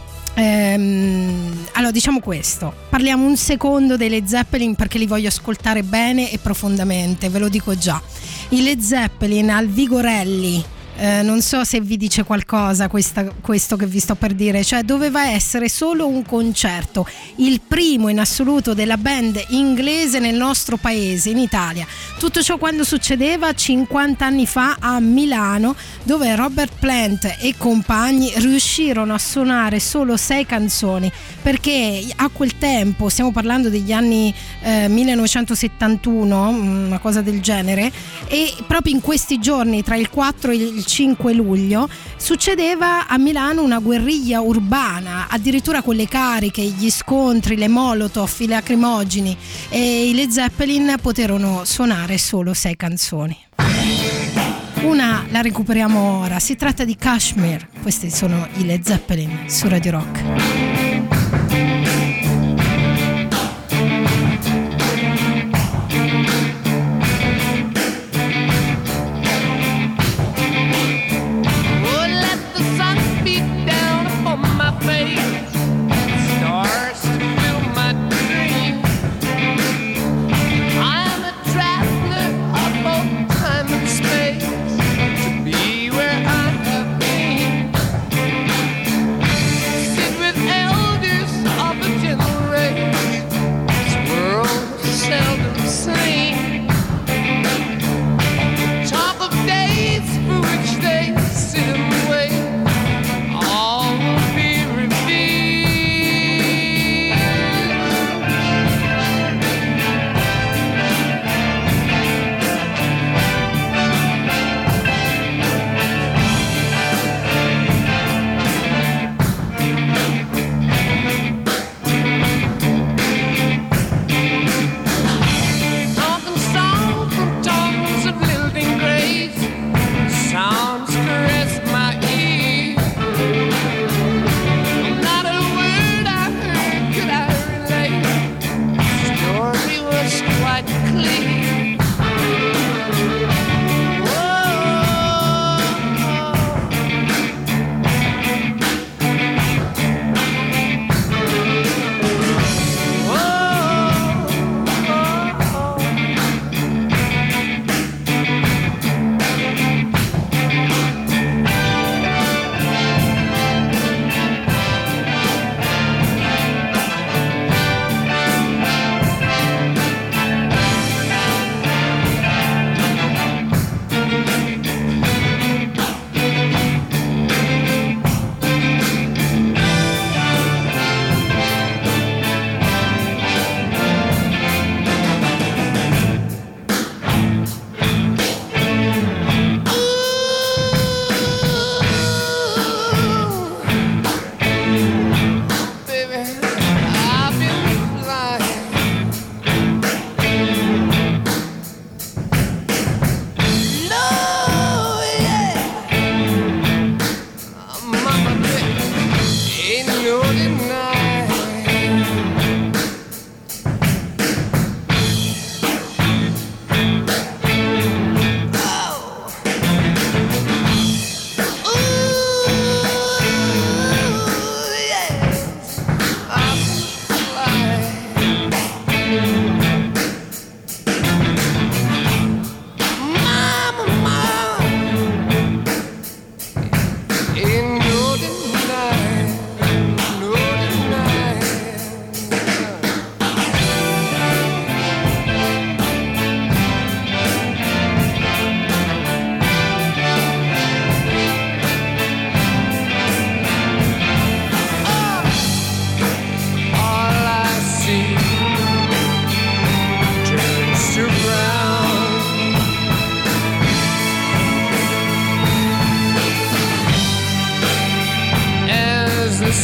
Allora diciamo questo, parliamo un secondo dei Led Zeppelin perché li voglio ascoltare bene e profondamente, ve lo dico già. I Led Zeppelin al Vigorelli, non so se vi dice qualcosa questo che vi sto per dire, cioè doveva essere solo un concerto, il primo in assoluto della band inglese nel nostro paese, in Italia. Tutto ciò quando succedeva 50 anni fa a Milano, dove Robert Plant e compagni riuscirono a suonare solo 6 canzoni, perché a quel tempo, stiamo parlando degli anni 1971, una cosa del genere, e proprio in questi giorni tra il 4 e il 5 luglio succedeva a Milano una guerriglia urbana, addirittura con le cariche, gli scontri, le molotov, i lacrimogeni, e i Led Zeppelin poterono suonare solo 6 canzoni. Una la recuperiamo ora, si tratta di Kashmir. Questi sono i Led Zeppelin su Radio Rock. With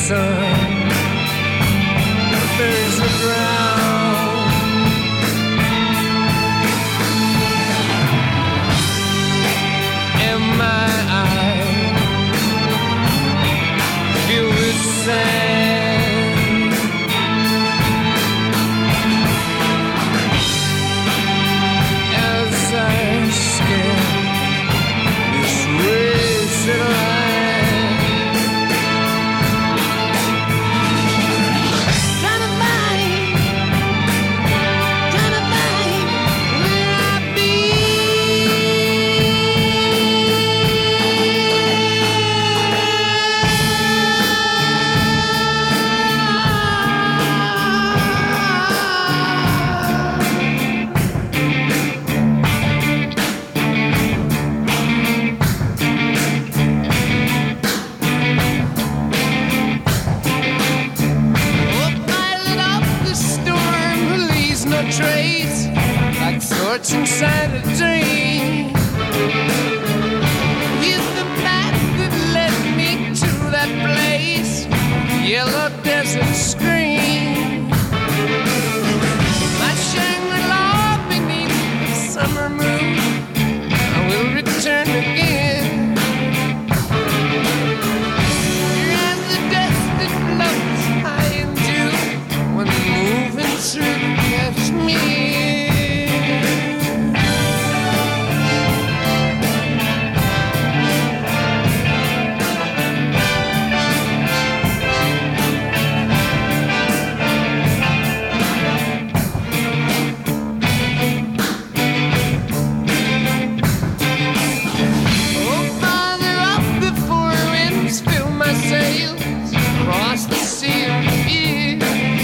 sun buries the ground. And my eyes filled with sand as I scan this wasted land. Trace like thoughts inside a dream. Here's the map that led me to that place, yellow desert screen. My Shangri-La beneath the summer moon, I will return again. As the dust that floats high into when moving through the Kashmir. Oh, Father, up before winds fill my sails across the sea of fear.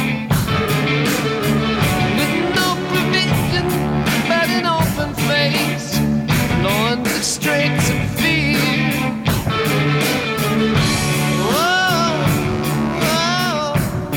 But an open face, knowing the straits of fear. Whoa, whoa.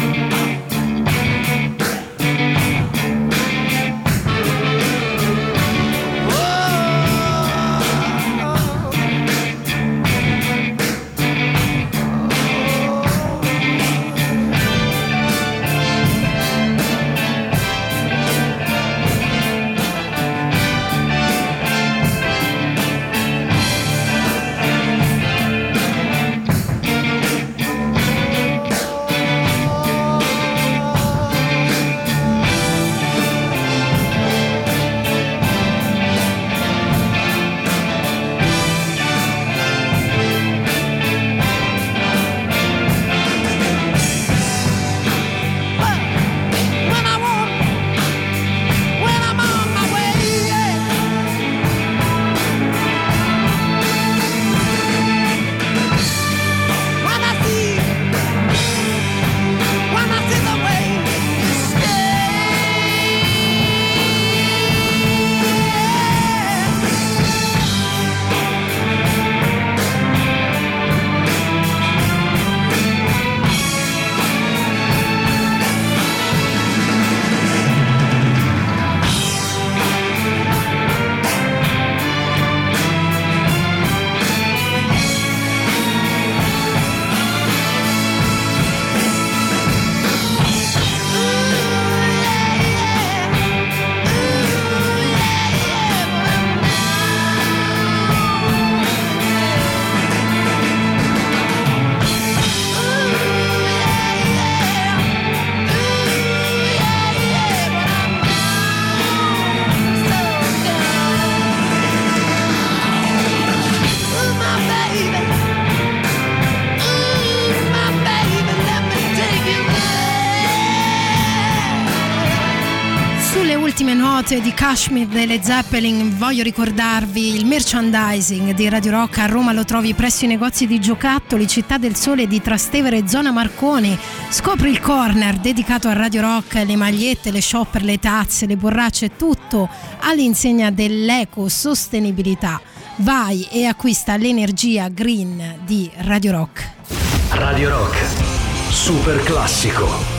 ultime note di Kashmir delle Zeppelin, voglio ricordarvi il merchandising di Radio Rock. A Roma lo trovi presso i negozi di giocattoli Città del Sole di Trastevere e zona Marconi. Scopri il corner dedicato a Radio Rock, le magliette, le shopper, le tazze, le borracce, tutto all'insegna dell'ecosostenibilità. Vai e acquista l'energia green di Radio Rock. Radio Rock, super classico.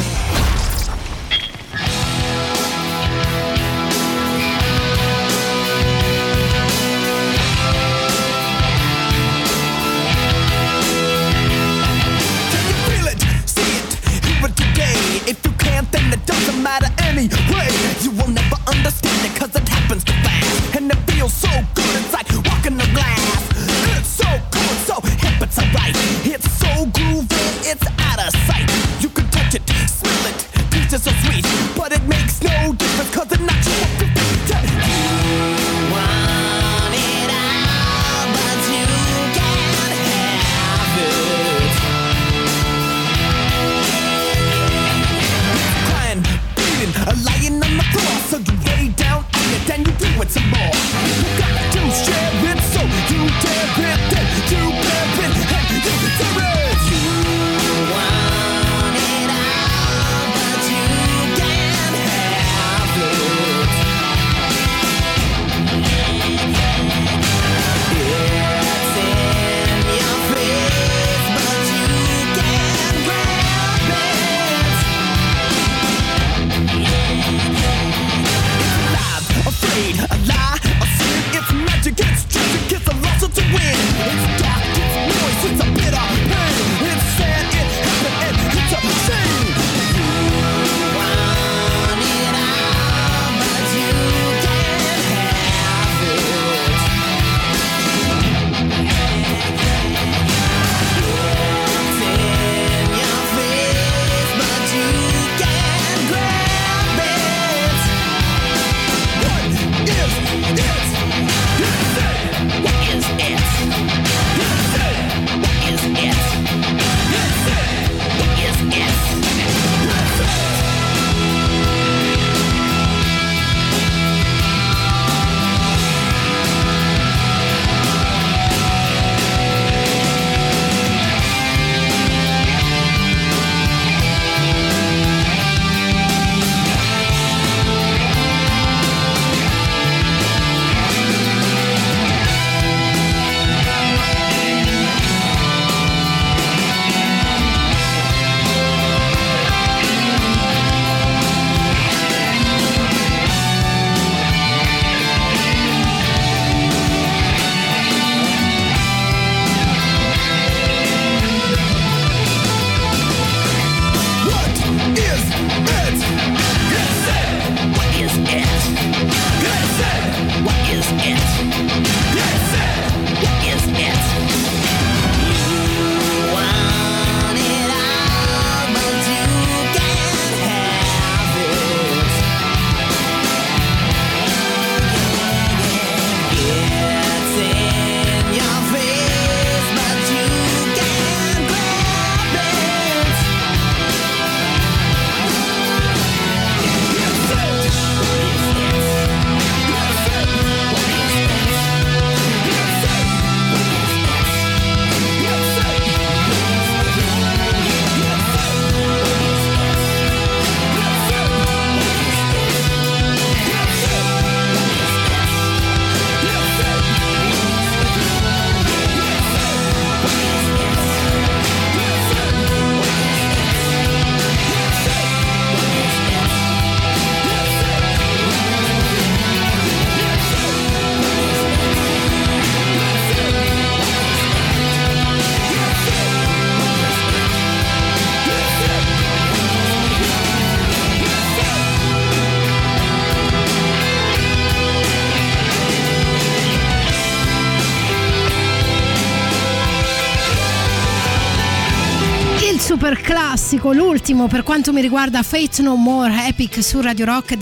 to get stripped, to get the loss or to win. It's dark, it's noise, it's a bitter pain. It's sad, it happened, and it's a shame. You want it all, but you can't have it. It's in your face, but you can't grab it. What is it? What is it? What is it? What is it? Super classico, l'ultimo per quanto mi riguarda, Fate No More, Epic su Radio Rock,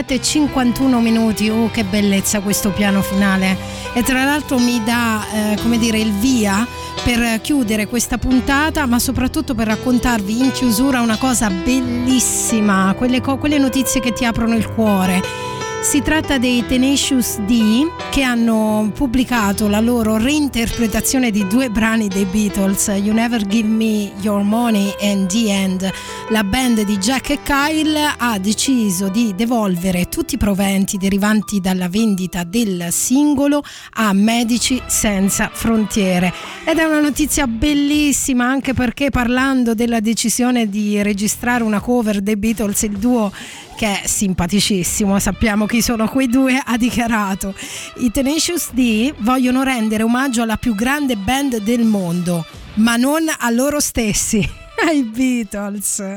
17:51 minuti. Oh, che bellezza questo piano finale, e tra l'altro mi dà come dire il via per chiudere questa puntata, ma soprattutto per raccontarvi in chiusura una cosa bellissima, quelle notizie che ti aprono il cuore. Si tratta dei Tenacious D, che hanno pubblicato la loro reinterpretazione di due brani dei Beatles, You Never Give Me Your Money and The End. La band di Jack e Kyle ha deciso di devolvere tutti i proventi derivanti dalla vendita del singolo a Medici Senza Frontiere, ed è una notizia bellissima, anche perché, parlando della decisione di registrare una cover dei Beatles, il duo, che è simpaticissimo, sappiamo chi sono quei due, ha dichiarato: i Tenacious D vogliono rendere omaggio alla più grande band del mondo, ma non a loro stessi, ai Beatles.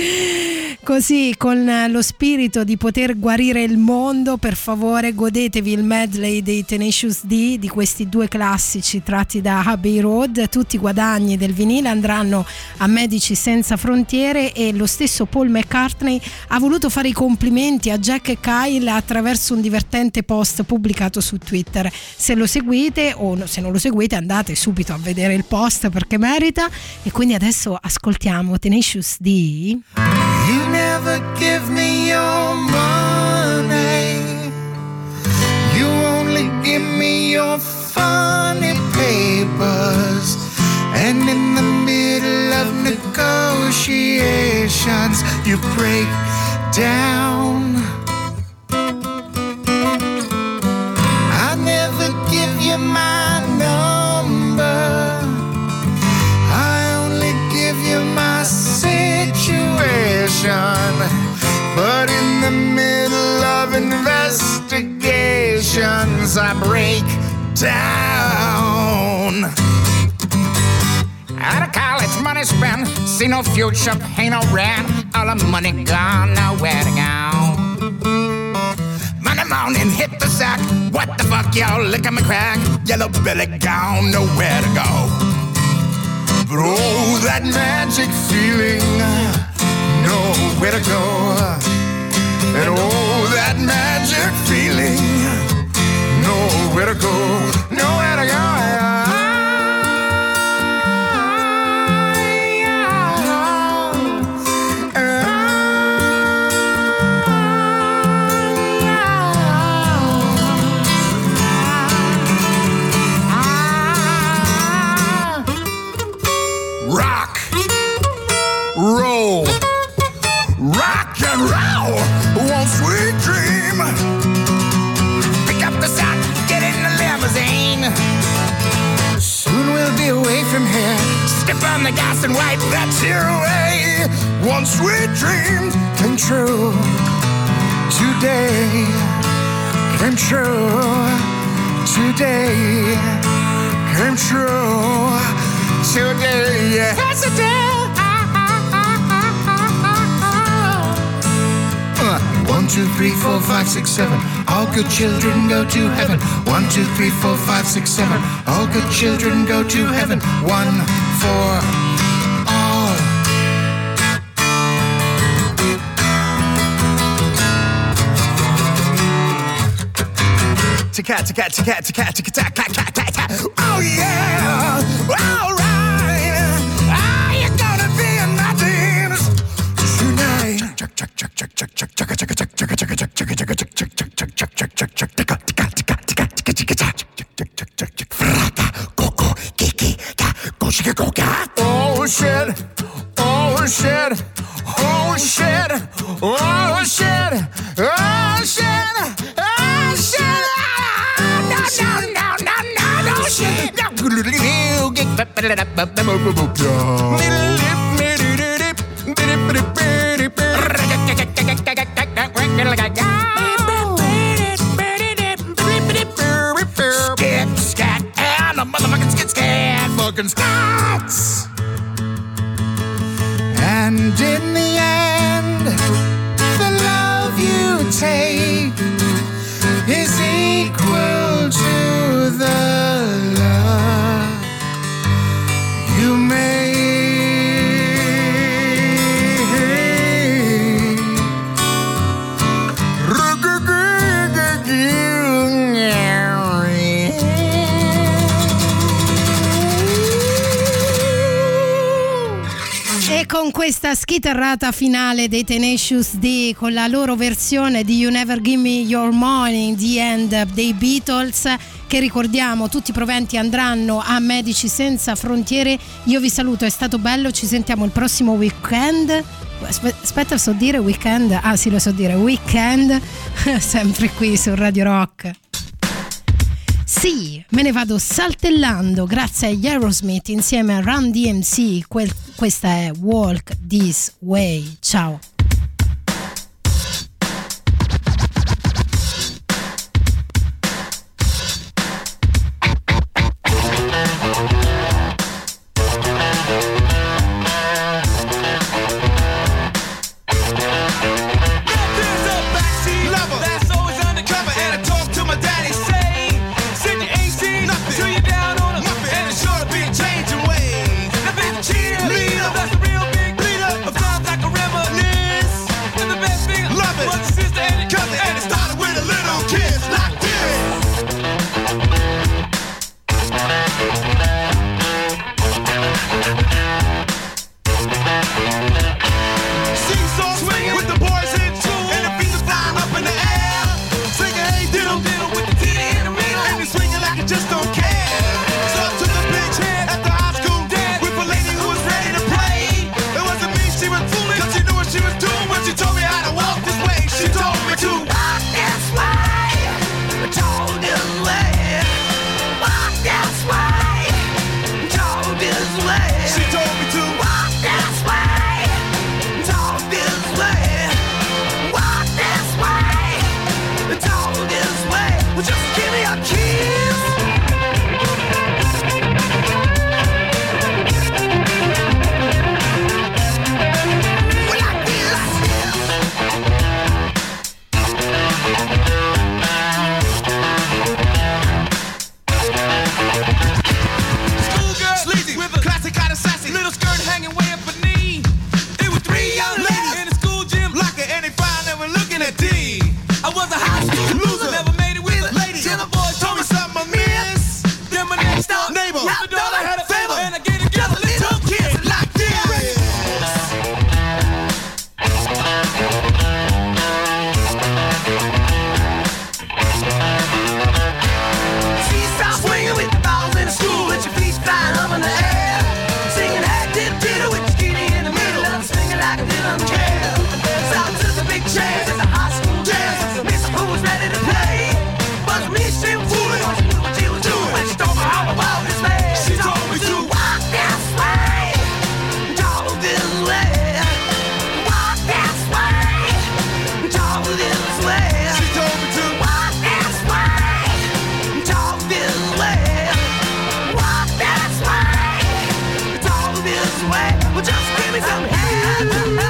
Così, con lo spirito di poter guarire il mondo, per favore godetevi il medley dei Tenacious D, di questi due classici tratti da Abbey Road. Tutti i guadagni del vinile andranno a Medici Senza Frontiere, e lo stesso Paul McCartney ha voluto fare i complimenti a Jack e Kyle attraverso un divertente post pubblicato su Twitter. Se lo seguite, o se non lo seguite, andate subito a vedere il post, perché merita. E quindi adesso ascoltiamo Tenacious D. You never give me your money. You only give me your funny papers. And in the middle of negotiations, you break down. I never give you my number. I only give you my situation. But in the middle of investigations, I break down. Out of college, money spent, see no future, pay no rent. All the money gone, nowhere to go. Monday morning, hit the sack. What the fuck, y'all, lick on my crack. Yellow belly gone, nowhere to go. But oh, that magic feeling, nowhere to go. And oh, that magic feeling, nowhere to go, nowhere to go. Rock, roll, rock and roll, one sweet dream. Pick up the sock, get in the limousine. Soon we'll be away from here. Step on the gas and wipe that tear away. One sweet dream came true today. Came true today. Came true today. Yes, it did. 1, 2, 3, 4, 5, 6, 7. All good children go to heaven. 1, 2, 3, 4, 5, 6, 7. All good children go to heaven. 1 for all. Oh yeah, all right. Ah, you're gonna be in my dreams tonight. Oh shit, oh shit, oh shit, oh shit, oh shit, oh shit. No shit. Skit, scat, and the motherfucking skit, scat, fucking scats. And in the end, the love you take is equal to the love you make. E con questa schitarrata finale dei Tenacious D, con la loro versione di You Never Give Me Your Money, The End dei Beatles, che ricordiamo tutti i proventi andranno a Medici Senza Frontiere. Io vi saluto, è stato bello, ci sentiamo il prossimo weekend. Aspetta, so dire weekend? Ah sì, lo so dire, weekend, sempre qui su Radio Rock. Sì, me ne vado saltellando grazie agli Aerosmith insieme a Run DMC. Questa è Walk This Way. Ciao. Cheerleader, that's a real big leader of times like a reminisce. just give me some head.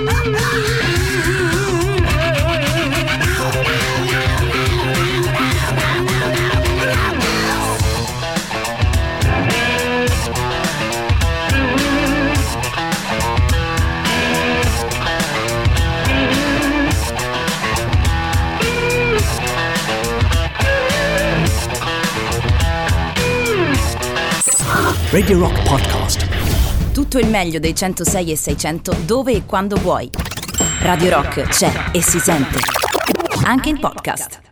Radio Rock Podcast. Tutto il meglio dei 106 e 600 dove e quando vuoi. Radio Rock c'è e si sente. Anche in podcast.